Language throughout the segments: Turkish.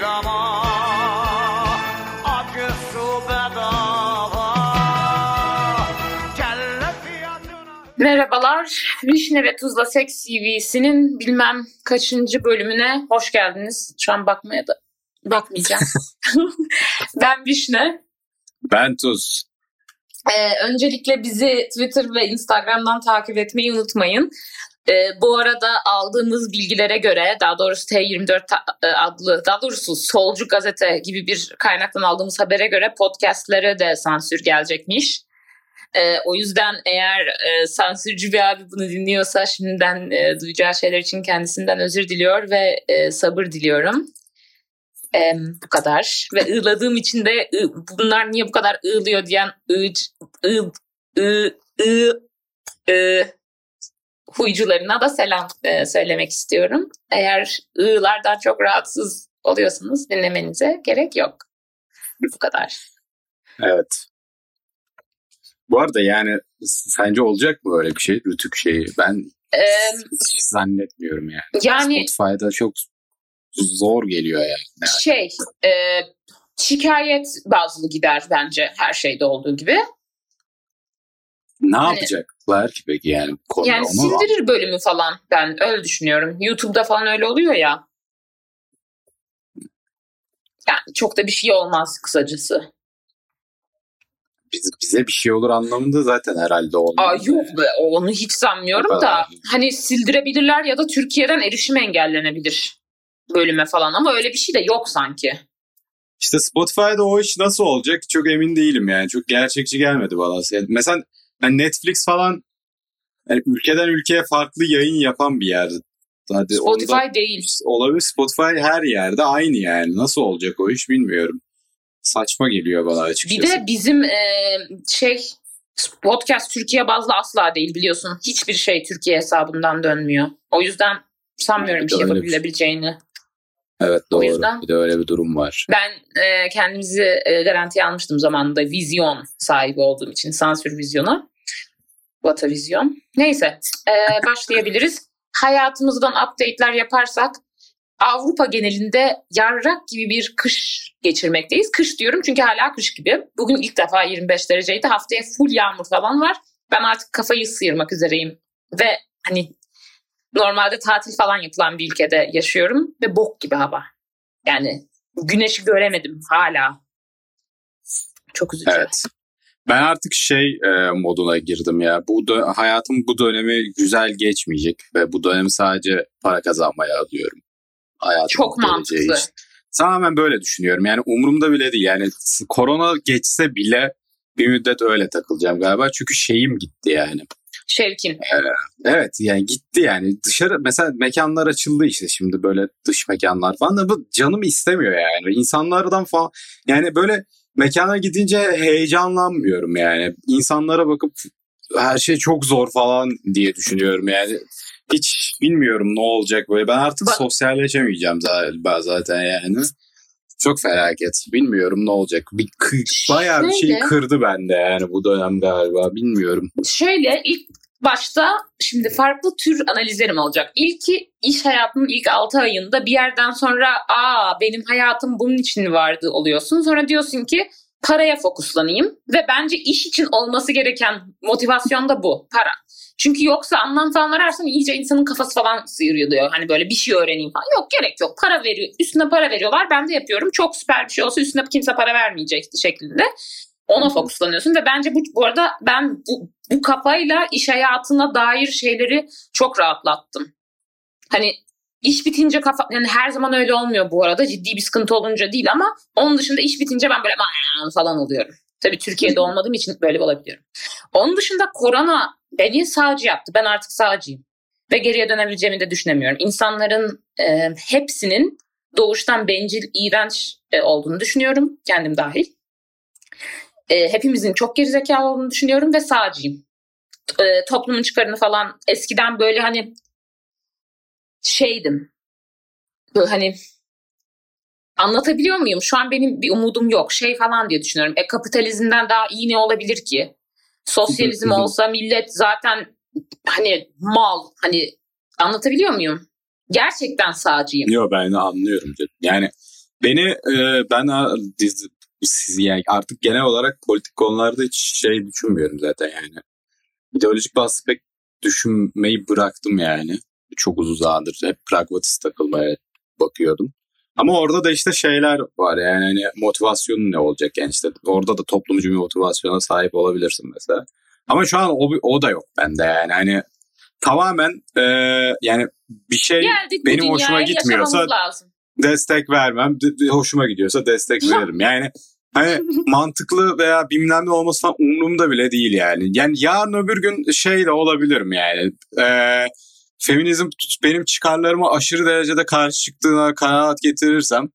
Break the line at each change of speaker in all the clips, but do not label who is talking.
ama acısı bedava. Kelle fiyatına...
Merhabalar, Vişne ve Tuzla Seks TV'sinin bilmem kaçıncı bölümüne hoş geldiniz. Şu an bakmaya da bakmayacağım. Ben Vişne.
Ben Tuz.
Öncelikle bizi Twitter ve Instagram'dan takip etmeyi unutmayın. Bu arada aldığımız bilgilere göre, daha doğrusu T24 adlı, daha doğrusu Solcu Gazete gibi bir kaynaktan aldığımız habere göre podcastlere de sansür gelecekmiş. O yüzden eğer sansürcü bir abi bunu dinliyorsa şimdiden duyacağı şeyler için kendisinden özür diliyor ve sabır diliyorum. Bu kadar. Ve ığladığım için de bunlar niye bu kadar ığlıyor diyen huycularına da selam söylemek istiyorum. Eğer ığlardan çok rahatsız oluyorsanız dinlemenize gerek yok. Bu kadar.
Evet. Bu arada yani sence olacak mı öyle bir şey? Rütük şeyi. Ben hiç zannetmiyorum yani.
Yani
Spotify'da çok zor geliyor yani.
Şikayet bazlı gider bence her şeyde olduğu gibi.
Ne yapacaklar ki peki yani?
Yani sindirir bölümü falan, ben öyle düşünüyorum. YouTube'da falan öyle oluyor ya. Yani çok da bir şey olmaz kısacası.
Bize bir şey olur anlamında zaten herhalde olmuyor.
Yok be, onu hiç sanmıyorum da. Hani sildirebilirler ya da Türkiye'den erişim engellenebilir bölüme falan, ama öyle bir şey de yok sanki.
İşte Spotify'da o iş nasıl olacak çok emin değilim yani. Çok gerçekçi gelmedi bana. Mesela yani Netflix falan yani ülkeden ülkeye farklı yayın yapan bir yer. Hadi
Spotify değil.
Olabilir. Spotify her yerde aynı yani. Nasıl olacak o iş bilmiyorum. Saçma geliyor bana açıkçası.
Bir de bizim podcast Türkiye bazlı asla değil, biliyorsun. Hiçbir şey Türkiye hesabından dönmüyor. O yüzden sanmıyorum bir şey yapabilebileceğini.
Evet doğru.
O yüzden
bir de öyle bir durum var.
Ben kendimizi garantiye almıştım zamanında, vizyon sahibi olduğum için, sansür vizyonu. Vatavizyon. Neyse, başlayabiliriz. Hayatımızdan update'ler yaparsak, Avrupa genelinde yarrak gibi bir kış geçirmekteyiz. Kış diyorum çünkü hala kış gibi. Bugün ilk defa 25 dereceydi. Haftaya full yağmur falan var. Ben artık kafayı sıyırmak üzereyim. Ve hani normalde tatil falan yapılan bir ülkede yaşıyorum. Ve bok gibi hava. Yani güneşi göremedim hala. Çok üzücü.
Evet. Ben artık moduna girdim ya. Hayatım bu dönemi güzel geçmeyecek. Ve bu dönemi sadece para kazanmaya alıyorum.
Çok mantıklı.
Için. Tamamen böyle düşünüyorum. Yani umurumda bile değil. Yani korona geçse bile bir müddet öyle takılacağım galiba. Çünkü şeyim gitti yani.
Şevkin.
Evet yani gitti yani. Dışarı mesela mekanlar açıldı işte şimdi, böyle dış mekanlar falan da bu canım istemiyor yani. İnsanlardan falan yani böyle mekana gidince heyecanlanmıyorum yani. İnsanlara bakıp her şey çok zor falan diye düşünüyorum yani. Hiç bilmiyorum ne olacak böyle. Ben artık sosyalleşemeyeceğim zaten yani. Çok felaket. Bilmiyorum ne olacak. Bayağı bir şey kırdı bende yani bu dönem galiba. Bilmiyorum.
İlk başta şimdi farklı tür analizlerim olacak. İlki iş hayatının ilk 6 ayında bir yerden sonra benim hayatım bunun için vardı oluyorsun. Sonra diyorsun ki paraya fokuslanayım ve bence iş için olması gereken motivasyon da bu, para. Çünkü yoksa anlam falan ararsan iyice insanın kafası falan sıyırıyor diyor. Hani böyle bir şey öğreneyim falan. Yok, gerek yok. Para veriyor. Üstüne para veriyorlar. Ben de yapıyorum. Çok süper bir şey olsa üstüne kimse para vermeyecekti şeklinde. Ona fokuslanıyorsun ve bence bu arada ben bu kafayla iş hayatına dair şeyleri çok rahatlattım. Hani iş bitince yani her zaman öyle olmuyor bu arada. Ciddi bir sıkıntı olunca değil ama onun dışında iş bitince ben böyle falan oluyorum. Tabii Türkiye'de olmadığım için böyle olabiliyorum. Onun dışında korona beni sağcı yaptı. Ben artık sağcıyım. Ve geriye dönebileceğimi de düşünemiyorum. İnsanların hepsinin doğuştan bencil, iğrenç olduğunu düşünüyorum. Kendim dahil. Hepimizin çok gerizekalı olduğunu düşünüyorum ve sağcıyım. Toplumun çıkarını falan eskiden böyle hani şeydim. Böyle hani anlatabiliyor muyum? Şu an benim bir umudum yok. Falan diye düşünüyorum. Kapitalizmden daha iyi ne olabilir ki? Sosyalizm olsa millet zaten hani mal. Hani anlatabiliyor muyum? Gerçekten sağcıyım.
Yok, ben anlıyorum. Yani siz yani artık genel olarak politik konularda hiç şey düşünmüyorum zaten yani. İdeolojik baskı pek düşünmeyi bıraktım yani. Çok uzun zamandır hep pragmatist takılmaya bakıyordum. Ama orada da işte şeyler var yani hani motivasyonun ne olacak yani işte orada da toplumcu bir motivasyona sahip olabilirsin mesela. Ama şu an o da yok bende yani hani tamamen yani bir şey
Geldik bu
benim hoşuma
dünyaya,
gitmiyorsa
yaşamamız lazım.
destek vermem. Hoşuma gidiyorsa destek veririm. Yani hani mantıklı veya bilmem ne olması falan umurumda bile değil yani. Yani yarın öbür gün şey de olabilirim yani. Feminizm benim çıkarlarıma aşırı derecede karşı çıktığına kanaat getirirsem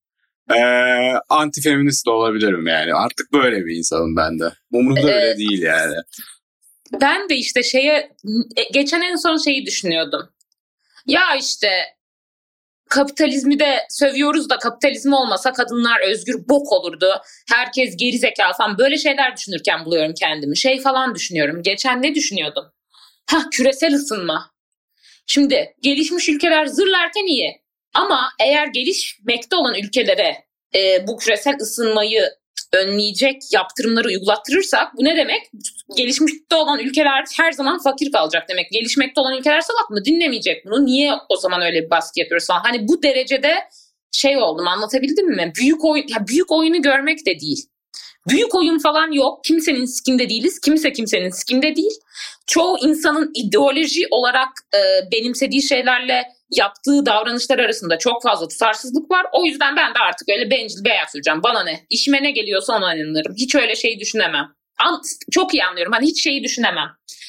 anti feminist de olabilirim yani. Artık böyle bir insanım ben de. Umurumda bile değil yani.
Ben de işte geçen en son şeyi düşünüyordum. Ya işte kapitalizmi de sövüyoruz da kapitalizm olmasa kadınlar özgür bok olurdu. Herkes geri zekalı falan, böyle şeyler düşünürken buluyorum kendimi. Şey falan düşünüyorum. Geçen ne düşünüyordum? Küresel ısınma. Şimdi gelişmiş ülkeler zırlarken iyi. Ama eğer gelişmekte olan ülkelere bu küresel ısınmayı önleyecek yaptırımları uygulattırırsak bu ne demek? Gelişmekte olan ülkeler her zaman fakir kalacak demek. Gelişmekte olan ülkeler salak mı? Dinlemeyecek bunu. Niye o zaman öyle bir baskı yapıyoruz falan? Hani bu derecede şey oldum, anlatabildim mi? Büyük oyunu görmek de değil. Büyük oyun falan yok. Kimsenin sikinde değiliz. Kimse kimsenin sikinde değil. Çoğu insanın ideoloji olarak benimsediği şeylerle yaptığı davranışlar arasında çok fazla tutarsızlık var. O yüzden ben de artık öyle bencil bir hayat süreceğim. Bana ne? İşime ne geliyorsa ona inanırım. Hiç öyle şey düşünemem. Çok iyi anlıyorum. Hani hiç şeyi düşünemem.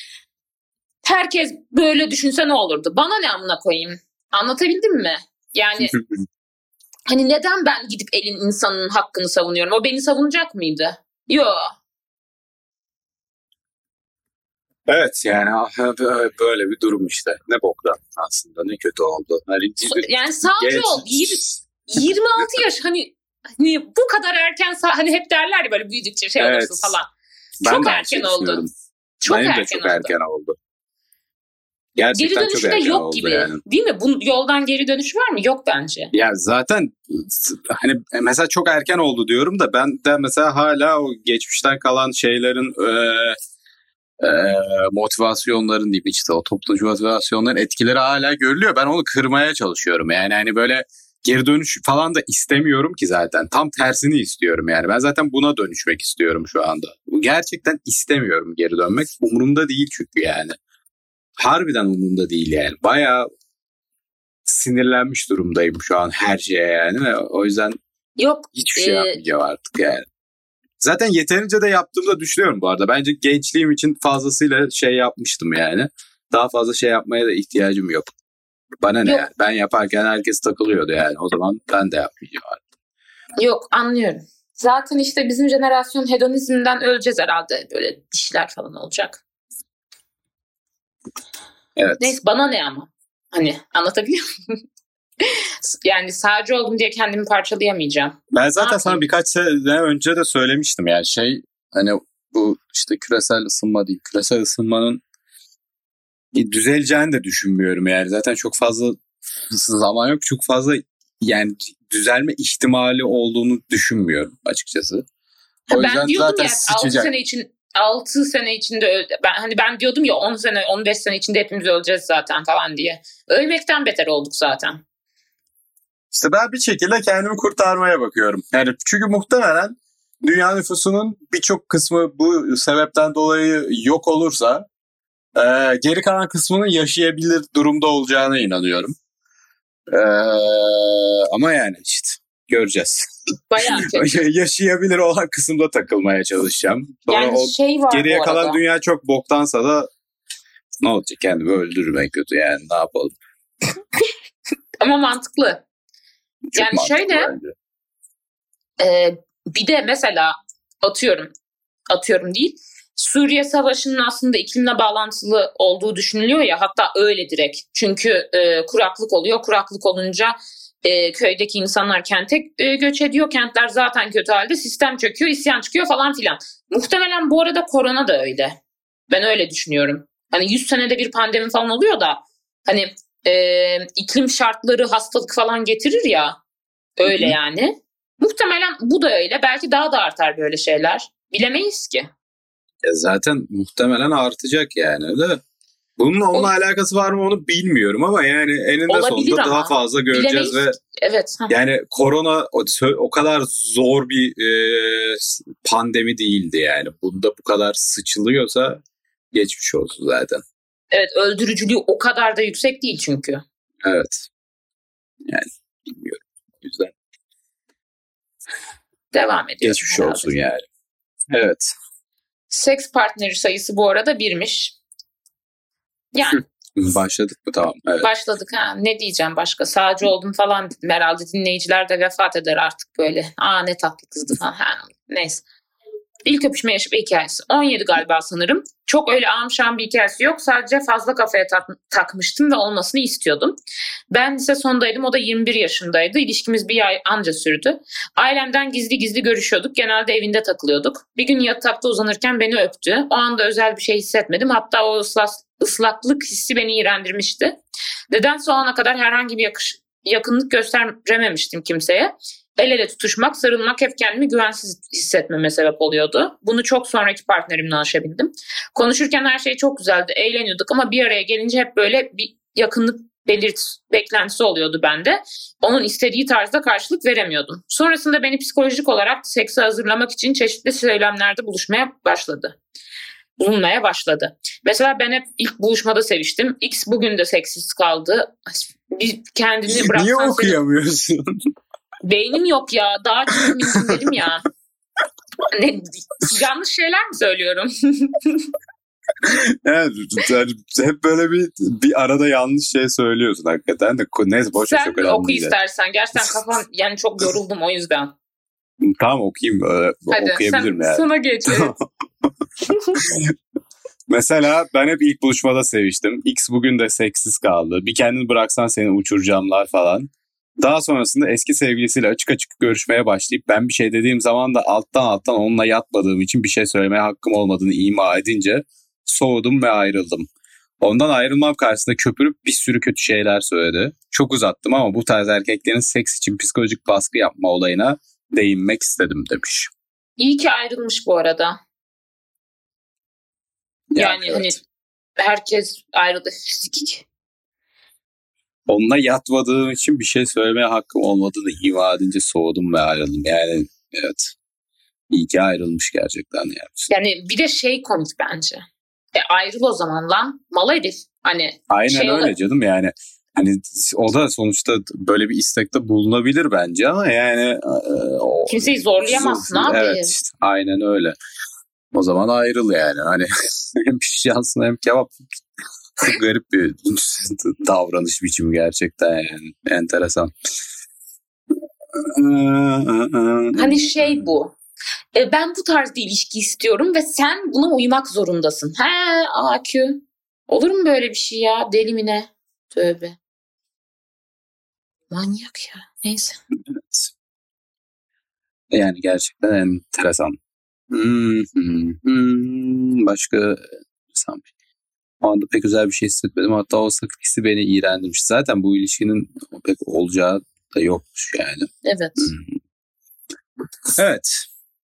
Herkes böyle düşünse ne olurdu? Bana ne amına koyayım? Anlatabildim mi? Yani hani neden ben gidip elin insanın hakkını savunuyorum? O beni savunacak mıydı? Yok.
Evet yani böyle bir durum işte. Ne boktan aslında, ne kötü oldu. Hani,
yani sağcı ol. 26 yaş hani bu kadar erken hani hep derler ya böyle büyüdükçe şey
evet,
olursun falan.
Çok
erken oldu. Çok
Benim
erken
de çok
oldu.
erken oldu. Gerçekten
geri dönüşü de yok gibi.
Yani.
Değil mi? Bu yoldan geri dönüşü var mı? Yok bence.
Ya zaten hani mesela çok erken oldu diyorum da ben de mesela hala o geçmişten kalan şeylerin motivasyonların diyeyim işte o toplumcu motivasyonların etkileri hala görülüyor. Ben onu kırmaya çalışıyorum. Yani hani böyle geri dönüş falan da istemiyorum ki zaten. Tam tersini istiyorum yani. Ben zaten buna dönüşmek istiyorum şu anda. Gerçekten istemiyorum geri dönmek. Umurumda değil çünkü yani. Harbiden umurumda değil yani. Bayağı sinirlenmiş durumdayım şu an her şeye yani. O yüzden hiçbir şey yapmayacağım artık yani. Zaten yeterince de yaptığımı da düşünüyorum bu arada. Bence gençliğim için fazlasıyla şey yapmıştım yani. Daha fazla şey yapmaya da ihtiyacım yok. Bana ne yani? Ben yaparken herkes takılıyordu yani. O zaman ben de yapmayacağım artık.
Yok, anlıyorum. Zaten işte bizim jenerasyon hedonizmden öleceğiz herhalde. Böyle dişler falan olacak.
Evet.
Neyse, bana ne ama. Hani anlatabiliyor muyum? Yani sağcı oldum diye kendimi parçalayamayacağım.
Ben zaten sana birkaç sene önce de söylemiştim yani hani bu işte küresel ısınma değil. Küresel ısınmanın düzeleceğini de düşünmüyorum yani. Zaten çok fazla zaman yok. Çok fazla yani düzelme ihtimali olduğunu düşünmüyorum açıkçası. O yüzden
ben diyordum
zaten
ya
sıçacak.
6 sene içinde ben diyordum ya 10 sene 15 sene içinde hepimiz öleceğiz zaten falan diye. Ölmekten beter olduk zaten.
İşte ben bir şekilde kendimi kurtarmaya bakıyorum. Yani çünkü muhtemelen dünya nüfusunun birçok kısmı bu sebepten dolayı yok olursa geri kalan kısmının yaşayabilir durumda olacağına inanıyorum. Ama yani işte göreceğiz.
Bayağı kötü.
Yaşayabilir olan kısımda takılmaya çalışacağım. Sonra
yani şey var
geriye
bu
kalan
arada.
dünya çok boktansa da ne olacak, kendimi öldürürüm en kötü yani, ne yapalım.
Ama mantıklı.
Çok
yani
mantıklı
şöyle bir de mesela atıyorum değil, Suriye Savaşı'nın aslında iklimle bağlantılı olduğu düşünülüyor ya, hatta öyle direkt. Çünkü kuraklık oluyor. Kuraklık olunca köydeki insanlar kente göç ediyor. Kentler zaten kötü halde. Sistem çöküyor, isyan çıkıyor falan filan. Muhtemelen bu arada korona da öyle. Ben öyle düşünüyorum. Hani 100 senede bir pandemi falan oluyor da hani iklim şartları hastalık falan getirir ya. Öyle yani. Muhtemelen bu da öyle. Belki daha da artar böyle şeyler. Bilemeyiz ki.
Zaten muhtemelen artacak yani de. Bununla onunla alakası var mı onu bilmiyorum ama yani eninde
Olabilir
sonunda
ama
daha fazla göreceğiz
bilemeyiz
ve
ki. Evet.
yani korona o kadar zor bir pandemi değildi yani. Bunda bu kadar sıçılıyorsa geçmiş olsun zaten.
Evet, öldürücülüğü o kadar da yüksek değil çünkü.
Evet. Yani bilmiyorum. O yüzden
Devam ediyor.
geçmiş olsun yani. Evet.
Seks partneri sayısı bu arada 1'miş. Yani
Başladık mı? Tamam. Evet.
başladık ha. Ne diyeceğim başka? Sağcı oldum falan dedim. Herhalde dinleyiciler de vefat eder artık böyle. Aa ne tatlı kızdı falan. Ha, neyse. İlk öpüşme yaşı ve hikayesi. 17 galiba sanırım. Çok öyle amşan bir hikayesi yok. Sadece fazla kafaya takmıştım ve olmasını istiyordum. Ben lise sondaydım. O da 21 yaşındaydı. İlişkimiz bir ay anca sürdü. Ailemden gizli gizli görüşüyorduk. Genelde evinde takılıyorduk. Bir gün yatakta uzanırken beni öptü. O anda özel bir şey hissetmedim. Hatta o ıslaklık hissi beni iğrendirmişti. Nedense o ana kadar herhangi bir yakınlık gösterememiştim kimseye. El ele tutuşmak, sarılmak hep kendimi güvensiz hissetmeme sebep oluyordu. Bunu çok sonraki partnerimle aşabildim. Konuşurken her şey çok güzeldi, eğleniyorduk ama bir araya gelince hep böyle bir yakınlık beklentisi oluyordu bende. Onun istediği tarzda karşılık veremiyordum. Sonrasında beni psikolojik olarak sekse hazırlamak için çeşitli söylemlerde bulunmaya başladı. Mesela ben hep ilk buluşmada seviştim. X bugün de seksiz kaldı. Bir kendini bıraksan...
Niye okuyamıyorsun?
Beynim yok ya. Daha çok dedim ya. Yanlış şeyler mi söylüyorum?
Yani hep böyle bir arada yanlış şey söylüyorsun hakikaten de. Neyse boş ver, çok
Sen
önemli
oku
değil.
istersen. Gerçekten kafam yani çok yoruldum o yüzden.
Tamam okuyayım.
Hadi
Okuyabilirim yani.
sana geç. Evet.
Mesela ben hep ilk buluşmada seviştim. X bugün de seksiz kaldı. Bir kendini bıraksan seni uçuracağımlar falan. Daha sonrasında eski sevgilisiyle açık açık görüşmeye başlayıp ben bir şey dediğim zaman da alttan onunla yatmadığım için bir şey söylemeye hakkım olmadığını ima edince soğudum ve ayrıldım. Ondan ayrılmam karşısında köpürüp bir sürü kötü şeyler söyledi. Çok uzattım ama bu tarz erkeklerin seks için psikolojik baskı yapma olayına değinmek istedim demiş.
İyi ki ayrılmış bu arada. Yani
evet.
Hani herkes ayrıldı fizik.
Onunla yatmadığım için bir şey söylemeye hakkım olmadığını ima edince soğudum ve ayrıldım. Yani evet. İyi ki ayrılmış gerçekten yani.
Yani bir de şey komik bence. Ayrıl o zaman lan. Mal herif. Hani
aynen öyle canım yani. Hani o da sonuçta böyle bir istekte bulunabilir bence ama yani
kimseyi zorlayamazsın abi.
Evet işte, aynen öyle. O zaman ayrıl yani. Hani hem şansın hem kebap. Çok garip bir davranış biçimi gerçekten yani. Enteresan.
Hani şey bu. Ben bu tarz bir ilişki istiyorum ve sen buna uymak zorundasın. He AQ. Olur mu böyle bir şey ya? Deli mi ne? Tövbe. Manyak ya. Neyse.
Evet. Yani gerçekten enteresan. Başka o anda pek güzel bir şey hissetmedim. Hatta o saklık hissi beni iğrendirmiş. Zaten bu ilişkinin pek olacağı da yokmuş yani.
Evet.
Evet.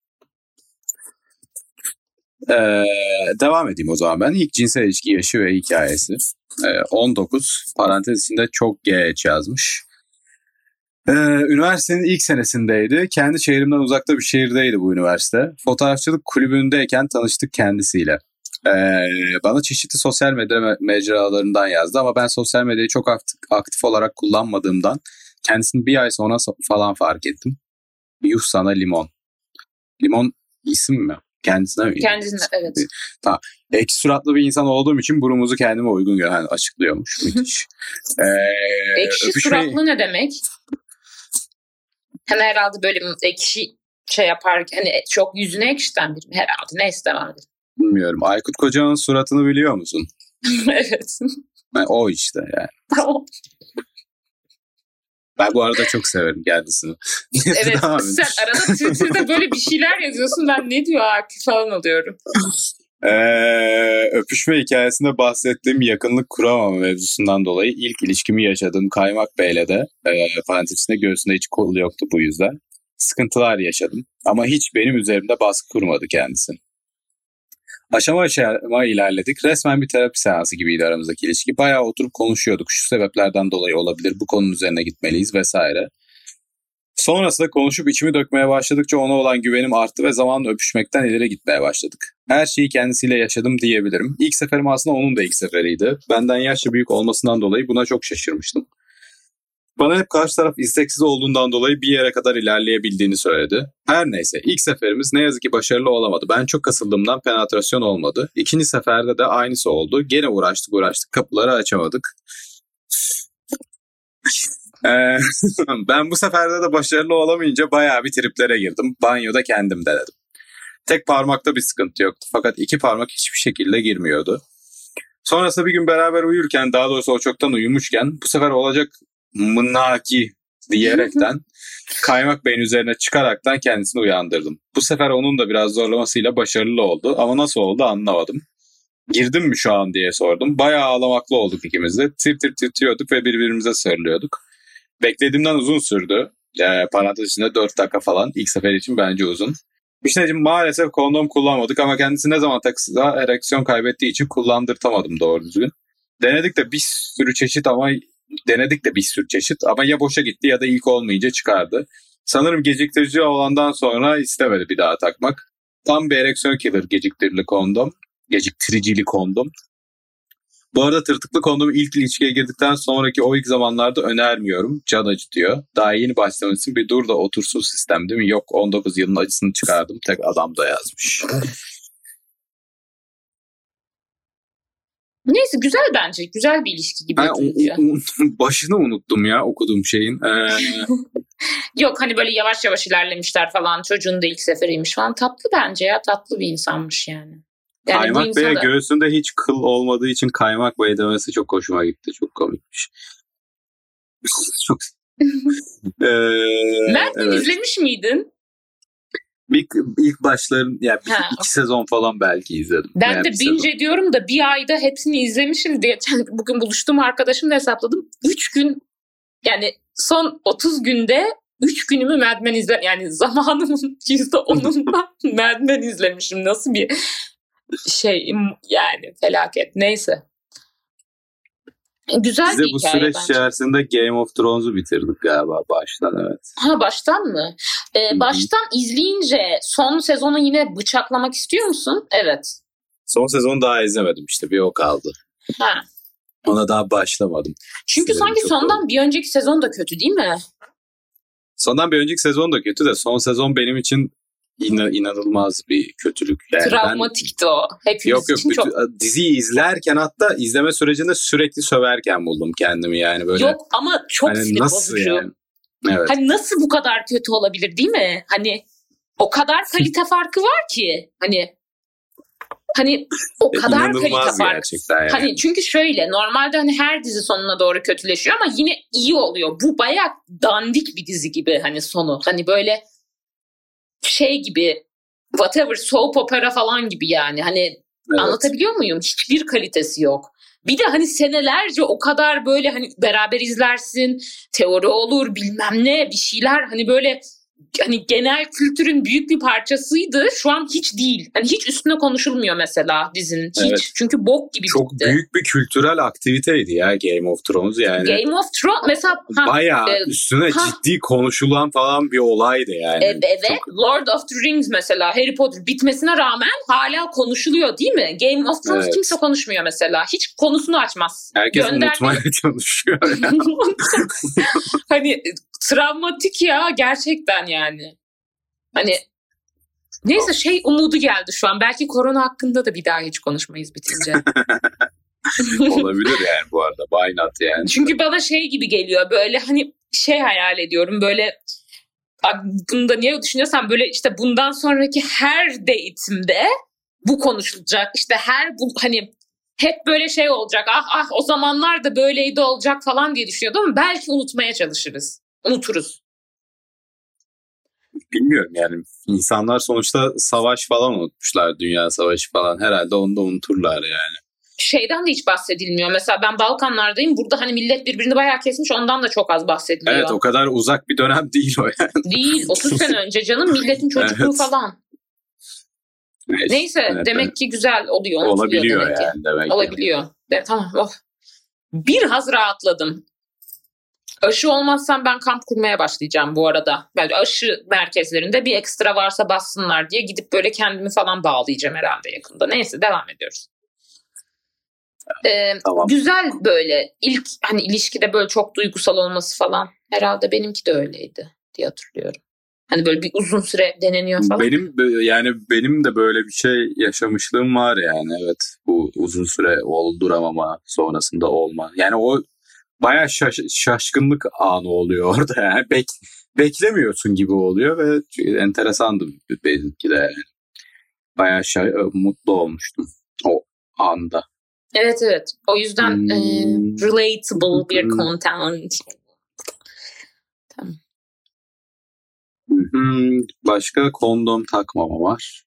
Devam edeyim o zaman ben. İlk cinsel ilişki yaşı ve hikayesi. 19 parantez içinde çok geç yazmış. Üniversitenin ilk senesindeydi. Kendi şehrimden uzakta bir şehirdeydi bu üniversite. Fotoğrafçılık kulübündeyken tanıştık kendisiyle. Bana çeşitli sosyal medya mecralarından yazdı ama ben sosyal medyayı çok aktif olarak kullanmadığımdan kendisini bir ay sonra falan fark ettim. Yuh sana limon. Limon isim mi? Kendisine mi?
Kendisine evet.
Tamam. Ekşi suratlı bir insan olduğum için burumuzu kendime uygun gören açıklıyormuş. Müthiş.
Ekşi suratlı ne demek? Hani herhalde böyle ekşi şey yapar. Hani çok yüzüne ekşiten biri mi herhalde? Neyse devam edelim.
Bilmiyorum. Aykut Kocaman'ın suratını biliyor musun?
Evet.
Yani o işte yani.
Tamam.
Ben bu arada çok severim kendisini.
Evet. Sen arada Twitter'da böyle bir şeyler yazıyorsun. Ben ne diyor Akif falan alıyorum.
Öpüşme hikayesinde bahsettiğim yakınlık kuramama mevzusundan dolayı ilk ilişkimi yaşadığım Kaymak Bey'le de parantez içinde göğsünde hiç kol yoktu bu yüzden. sıkıntılar yaşadım. Ama hiç benim üzerimde baskı kurmadı kendisi. Aşama aşama ilerledik. Resmen bir terapi seansı gibiydi aramızdaki ilişki. Bayağı oturup konuşuyorduk. Şu sebeplerden dolayı olabilir, bu konunun üzerine gitmeliyiz vesaire. Sonrasında konuşup içimi dökmeye başladıkça ona olan güvenim arttı ve zamanla öpüşmekten ileri gitmeye başladık. Her şeyi kendisiyle yaşadım diyebilirim. İlk seferim aslında onun da ilk seferiydi. Benden yaşça büyük olmasından dolayı buna çok şaşırmıştım. Bana hep karşı taraf isteksiz olduğundan dolayı bir yere kadar ilerleyebildiğini söyledi. Her neyse ilk seferimiz ne yazık ki başarılı olamadı. Ben çok kasıldığımdan penetrasyon olmadı. İkinci seferde de aynısı oldu. Gene uğraştık kapıları açamadık. Ben bu seferde de başarılı olamayınca bayağı bir triplere girdim. Banyoda kendim denedim. Tek parmakta bir sıkıntı yoktu. Fakat iki parmak hiçbir şekilde girmiyordu. Sonrasında bir gün beraber uyurken, daha doğrusu o çoktan uyumuşken, bu sefer olacak mınaki diyerekten kaymak beyin üzerine çıkaraktan kendisini uyandırdım. Bu sefer onun da biraz zorlamasıyla başarılı oldu ama nasıl oldu anlamadım. Girdim mi şu an diye sordum. Bayağı ağlamaklı olduk ikimiz de. Tir tir titriyorduk ve birbirimize sarılıyorduk. Beklediğimden uzun sürdü. Parantez içinde 4 dakika falan. İlk sefer için bence uzun. Vişneciğim maalesef kondom kullanmadık ama kendisi ne zaman taksa ereksiyon kaybettiği için kullandırtamadım doğru düzgün. Denedik de bir sürü çeşit ama ya boşa gitti ya da ilk olmayınca çıkardı. Sanırım geciktirici olandan sonra istemedi bir daha takmak. Tam bir ereksiyon killer geciktiricili kondom. Bu arada tırtıklı kondomu ilk ilişkiye girdikten sonraki o ilk zamanlarda önermiyorum. Can acıtıyor. Daha yeni başlamışsın, bir dur da otursun sistem değil mi? Yok, 19 yılın acısını çıkardım. Tek adam da yazmış.
Neyse güzel bence. Güzel bir ilişki gibi.
Başını unuttum ya okuduğum şeyin.
Yok hani böyle yavaş yavaş ilerlemişler falan. Çocuğun da ilk seferiymiş falan. Tatlı bence ya. Tatlı bir insanmış yani.
Kaymak Bey'e göğsünde hiç kıl olmadığı için Kaymak Bey demesi çok hoşuma gitti. Çok komikmiş. Çok.
Mert'in evet. İzlemiş miydin?
İlk başların yani 2 sezon falan belki izledim.
Ben de binge ediyorum da bir ayda hepsini izlemişim diye. Bugün buluştuğum arkadaşımla hesapladım. 3 gün yani son 30 günde 3 günümü Mad Men yani zamanımın %10'unda Mad Men izlemişim. Nasıl bir şey yani felaket. Neyse. Güzel
Biz de
bir
bu
hikaye
süreç
bence.
içerisinde Game of Thrones'u bitirdik galiba baştan evet.
Ha baştan mı? Baştan izleyince son sezonu yine bıçaklamak istiyor musun? Evet.
Son sezonu daha izlemedim işte bir o kaldı.
Ha.
Ona daha başlamadım.
Çünkü sanki sondan bir önceki sezon da kötü değil mi?
Sondan bir önceki sezon da kötü de son sezon benim için inanılmaz bir kötülük. Yani
travmatikti o. Hepimiz için çok.
Diziyi izlerken hatta izleme sürecinde sürekli söverken buldum kendimi yani böyle.
Yok ama çok
hani
sinir bozucu.
Yani? Evet.
Hani nasıl bu kadar kötü olabilir değil mi? Hani o kadar kalite farkı var ki. Hani o kadar kalite farkı.
Yani.
Hani çünkü şöyle normalde hani her dizi sonuna doğru kötüleşiyor ama yine iyi oluyor. Bu bayağı dandik bir dizi gibi hani sonu. Hani böyle şey gibi whatever soap opera falan gibi yani. Hani evet. Anlatabiliyor muyum? Hiçbir kalitesi yok. Bir de hani senelerce o kadar böyle hani beraber izlersin, teori olur, bilmem ne bir şeyler hani böyle hani genel kültürün büyük bir parçasıydı. Şu an hiç değil. Hani hiç üstüne konuşulmuyor mesela dizinin. Hiç. Evet. Çünkü bok gibi
çok
bitti.
Büyük bir kültürel aktiviteydi ya Game of Thrones yani.
Game of Thrones mesela
bayağı üstüne ciddi konuşulan falan bir olaydı yani.
Evet. Çok... Lord of the Rings mesela Harry Potter bitmesine rağmen hala konuşuluyor değil mi? Game of Thrones kimse konuşmuyor mesela. Hiç konusunu açmaz.
Herkes unutmaya çalışıyor.
Hani travmatik ya gerçekten yani. Hani neyse umudu geldi şu an. Belki korona hakkında da bir daha hiç konuşmayız bitince.
Olabilir yani bu arada. Why not yani.
Çünkü bana gibi geliyor. Böyle hani hayal ediyorum. Böyle bunu da niye düşünüyorsam böyle işte bundan sonraki her date'imde bu konuşulacak. İşte hani hep böyle olacak. O zamanlar da böyleydi olacak falan diye düşünüyordum ama belki unutmaya çalışırız. Unuturuz.
Bilmiyorum yani. İnsanlar sonuçta savaş falan unutmuşlar. Dünya savaşı falan. Herhalde onu da unuturlar yani.
şeyden de hiç bahsedilmiyor. Mesela ben Balkanlardayım. Burada hani millet birbirini bayağı kesmiş. Ondan da çok az bahsediliyor.
Evet, o kadar uzak bir dönem değil o yani.
Değil. 30 sene önce canım. Milletin çocukluğu
Evet.
falan. Neyse
Evet,
demek ki güzel oluyor. Unutuluyor
olabiliyor
demek ki.
yani demek ki.
Olabiliyor. Tamam. Oh. Biraz rahatladım. Aşı olmazsam ben kamp kurmaya başlayacağım bu arada. Yani aşı merkezlerinde bir ekstra varsa bassınlar diye gidip böyle kendimi falan bağlayacağım herhalde yakında. Neyse devam ediyoruz.
Tamam.
Güzel böyle ilk hani ilişkide böyle çok duygusal olması falan. Herhalde benimki de öyleydi diye hatırlıyorum. Hani böyle bir uzun süre deneniyor falan.
Benim de böyle bir şey yaşamışlığım var yani, evet. Bu uzun süre olduramama, sonrasında olma. Yani o bayağı şaşkınlık anı oluyor orada yani. Beklemiyorsun gibi oluyor ve enteresandı benimki de yani. Bayağı mutlu olmuştum o anda.
Evet. O yüzden relatable bir content. Tamam.
Başka kondom takmama var.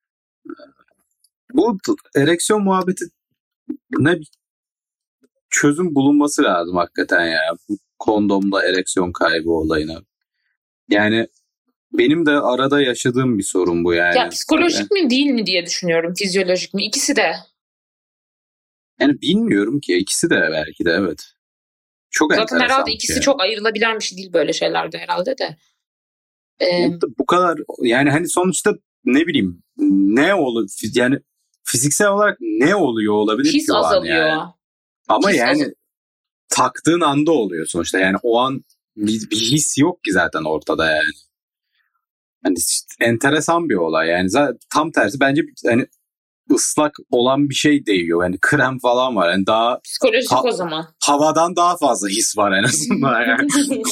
Bu ereksiyon muhabbeti ne çözüm bulunması lazım hakikaten ya. Bu kondomla ereksiyon kaybı olayına. Yani benim de arada yaşadığım bir sorun bu yani.
Ya psikolojik mi değil mi diye düşünüyorum. Fizyolojik mi? İkisi de.
Yani bilmiyorum ki, ikisi de belki de, evet. Çok
Zaten
enteresan.
herhalde ikisi çok ayrılabilen bir şey değil böyle şeylerde herhalde de.
Bu kadar yani, hani sonuçta ne bileyim ne olur yani, fiziksel olarak ne oluyor olabilir
his
ki o an
azalıyor.
yani. Ama
His
yani taktığın anda oluyor sonuçta. Yani o an bir his yok ki zaten ortada yani. Hani enteresan bir olay yani. Zaten tam tersi bence, hani ıslak olan bir şey değiyor. Yani krem falan var. Yani daha
Psikolojik o zaman.
havadan daha fazla his var en azından yani.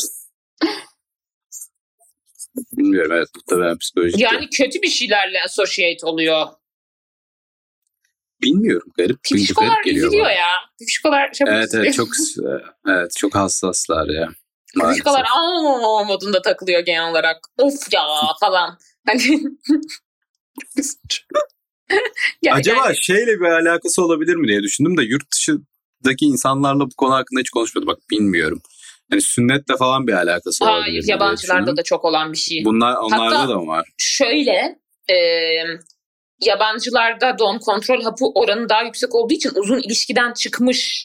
Bilmiyorum, evet, muhtemelen psikolojik.
Yani kötü bir şeylerle associate oluyor.
Bilmiyorum, garip.
Pipişkolar üzülüyor
bana.
ya. Pipişkolar çabuk
Evet çok hassaslar ya.
Pipişkolar modunda takılıyor genel olarak. Of ya falan. Hani
Acaba
yani,
şeyle bir alakası olabilir mi diye düşündüm de yurt dışındaki insanlarla bu konu hakkında hiç konuşmadım. Bak bilmiyorum. Yani sünnetle falan bir alakası olabilir mi
hayır,
diye
yabancılarda
düşündüm.
da çok olan bir şey.
Onlarda
Hatta
da mı var?
şöyle yabancılarda doğum kontrol hapı oranı daha yüksek olduğu için uzun ilişkiden çıkmış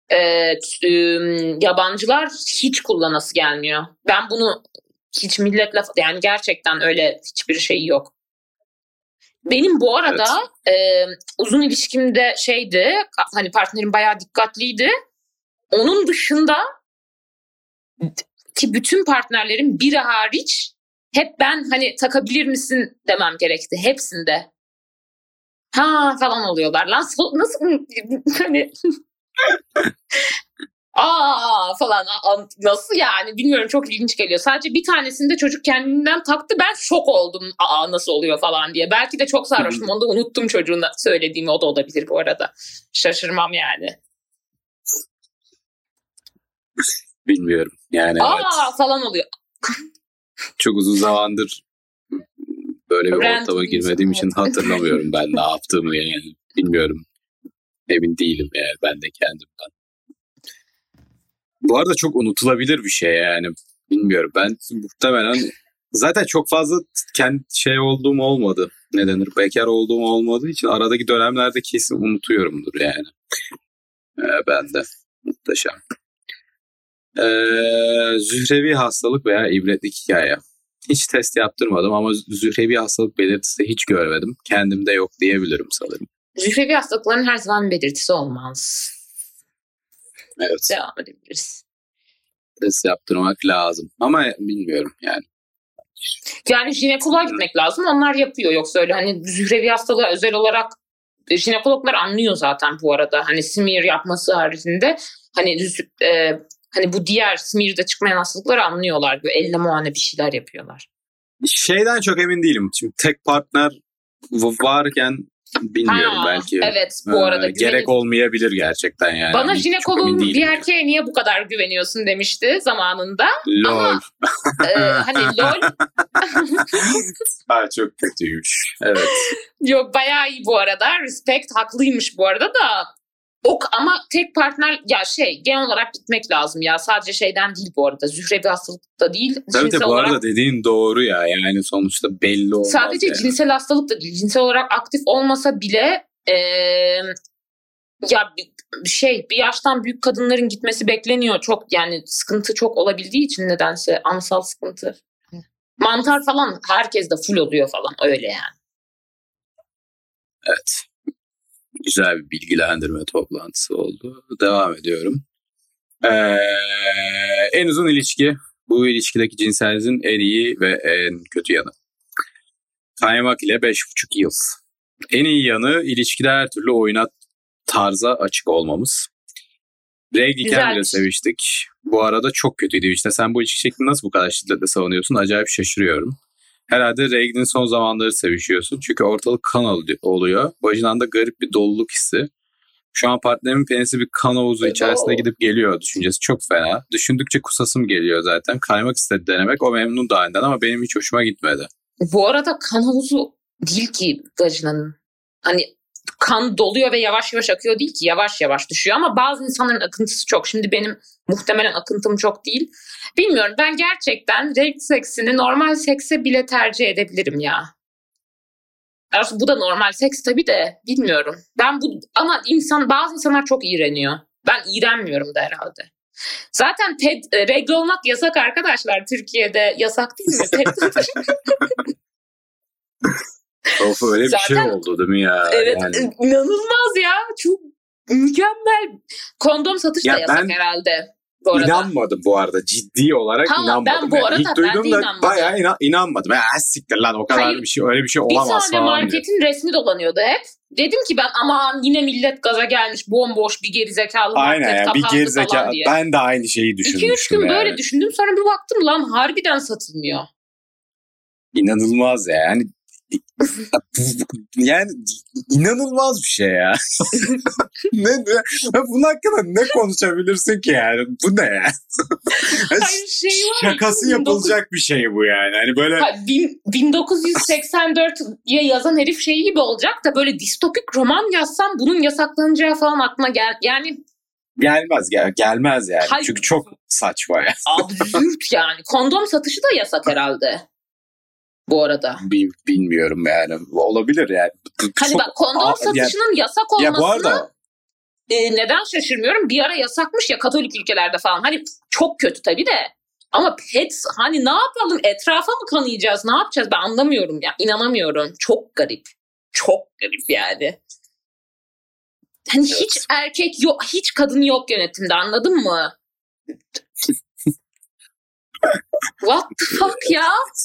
yabancılar hiç kullanası gelmiyor. Ben bunu hiç milletle yani gerçekten öyle hiçbir şey yok. Benim bu arada uzun ilişkimde şeydi, hani partnerim bayağı dikkatliydi. Onun dışında ki bütün partnerlerim biri hariç hep ben hani takabilir misin demem gerekti. Hepsinde. Ha falan oluyorlar. Lan nasıl hani falan nasıl yani bilmiyorum, çok ilginç geliyor. Sadece bir tanesinde çocuk kendinden taktı, ben şok oldum. Nasıl oluyor falan diye. Belki de çok sarhoştum, onu da unuttum çocuğun söylediğimi, o da olabilir bu arada. Şaşırmam yani.
Bilmiyorum yani, evet.
Falan oluyor.
Çok uzun zamandır böyle bir
Random
ortama girmediğim için hatırlamıyorum ben ne yaptığımı yani. Bilmiyorum. Emin değilim yani ben de kendimden. Bu arada çok unutulabilir bir şey yani. Bilmiyorum, ben muhtemelen zaten çok fazla kendi olduğum olmadı. Ne denir? Bekar olduğum olmadığı için aradaki dönemlerde kesin unutuyorumdur yani. Ben de. Muhteşem. Zührevi hastalık veya ibretlik hikaye. Hiç test yaptırmadım ama zührevi hastalık belirtisi hiç görmedim. Kendimde yok diyebilirim sanırım.
Zührevi hastalıkların her zaman bir belirtisi olmaz.
Evet.
Devam edebiliriz.
Test yaptırmak lazım ama bilmiyorum yani.
Yani jinekoloğa gitmek lazım. Onlar yapıyor. Yoksa öyle hani zührevi hastalığı özel olarak jinekologlar anlıyor zaten bu arada. Hani smear yapması haricinde hani bu diğer smear'da çıkmayan hastalıkları anlıyorlar. Böyle elle muayene bir şeyler yapıyorlar.
Şeyden çok emin değilim. Şimdi tek partner varken bilmiyorum belki.
Evet, bu arada
gerek olmayabilir gerçekten yani.
Bana jinekoloğun bir
yani.
erkeğe niye bu kadar güveniyorsun demişti zamanında.
Lol.
Ama hani lol.
Çok kötüymüş. Evet.
Yok, bayağı iyi bu arada. Respect, haklıymış bu arada da. Ama tek partner ya genel olarak gitmek lazım ya. Sadece şeyden değil bu arada. Zührevi hastalık da değil.
Tabii
Cinsel
bu
olarak
arada dediğin doğru ya. Yani sonuçta belli olmaz.
sadece
yani.
cinsel hastalık da değil. Cinsel olarak aktif olmasa bile ya bir yaştan büyük kadınların gitmesi bekleniyor. Çok yani sıkıntı çok olabildiği için nedense ansal sıkıntı. Mantar falan herkes de full oluyor falan öyle yani.
Evet. Güzel bir bilgilendirme toplantısı oldu. Devam ediyorum. En uzun ilişki. Bu ilişkideki cinselinizin en iyi ve en kötü yanı. Kaymak ile 5,5 yıl. En iyi yanı ilişkide her türlü oyuna tarza açık olmamız. Regliyken bile
Güzelmiş.
seviştik. Bu arada çok kötüydü. İşte sen bu ilişki şeklini nasıl bu kadar şiddetle savunuyorsun? Acayip şaşırıyorum. Herhalde reglinin son zamanları sevişiyorsun. Çünkü ortalık kan oluyor. Vajinanda garip bir doluluk hissi. Şu an partnerimin penisi bir kan havuzu içerisinde gidip geliyor düşüncesi. Çok fena. Düşündükçe kusasım geliyor zaten. Kaymak istedi denemek. O memnun da halinden ama benim hiç hoşuma gitmedi.
Bu arada kan havuzu değil ki vajinanın. Hani kan doluyor ve yavaş yavaş akıyor değil ki. Yavaş yavaş düşüyor ama bazı insanların akıntısı çok. Şimdi benim muhtemelen akıntım çok değil. Bilmiyorum, ben gerçekten regl seksini normal sekse bile tercih edebilirim ya. Bu da normal seks tabii de bilmiyorum. Ama bazı insanlar çok iğreniyor. Ben iğrenmiyorum da herhalde. Zaten regl olmak yasak arkadaşlar. Türkiye'de yasak değil mi?
Of öyle bir şey
Zaten-
oldu değil mi ya?
Evet,
Yani,
inanılmaz ya. Çok mükemmel. Kondom satış da
Ya
yasak
ben
herhalde bu arada.
İnanmadım bu arada. Ciddi olarak
Tamam,
inanmadım.
ben bu
yani.
arada
İlk
ben
duydum
de
da
inanmadım.
bayağı inanmadım. Siktir lan o kadar
Hayır.
bir şey, öyle bir şey
Bir
olamaz
tane
falan diye.
marketin resmi dolanıyordu hep. Dedim ki ben aman yine millet gaza gelmiş, bomboş bir gerizekalı market
Aynen yani bir
kapandı
gerizekalı.
falan diye.
Ben de aynı şeyi
2-3
düşünmüştüm
gün
yani.
böyle düşündüm, sonra bir baktım lan harbiden satılmıyor.
İnanılmaz ya. Yani inanılmaz bir şey ya. Bunun hakkında ne konuşabilirsin ki yani? Bu ne ya?
Hayır, şey var ya,
Şakası yapılacak bir şey bu yani. Hani böyle
1984'ye yazan herif şeyi gibi olacak da böyle distopik roman yazsam bunun yasaklanacağı falan aklıma yani
gelmez yani.
Hayır.
Çünkü çok saçma ya.
absürt yani. Kondom satışı da yasak herhalde. Bu arada.
Bilmiyorum yani. Olabilir yani.
Hani bak, kondom satışının yasak
Ya bu
olmasına
arada
neden şaşırmıyorum? Bir ara yasakmış ya Katolik ülkelerde falan. Hani çok kötü tabii de. Ama pets hani ne yapalım? Etrafa mı kanayacağız? Ne yapacağız? Ben anlamıyorum ya. İnanamıyorum. Çok garip. Çok garip yani. Hani
Evet.
hiç erkek yok, hiç kadın yok yönetimde, anladın mı? What the fuck ya?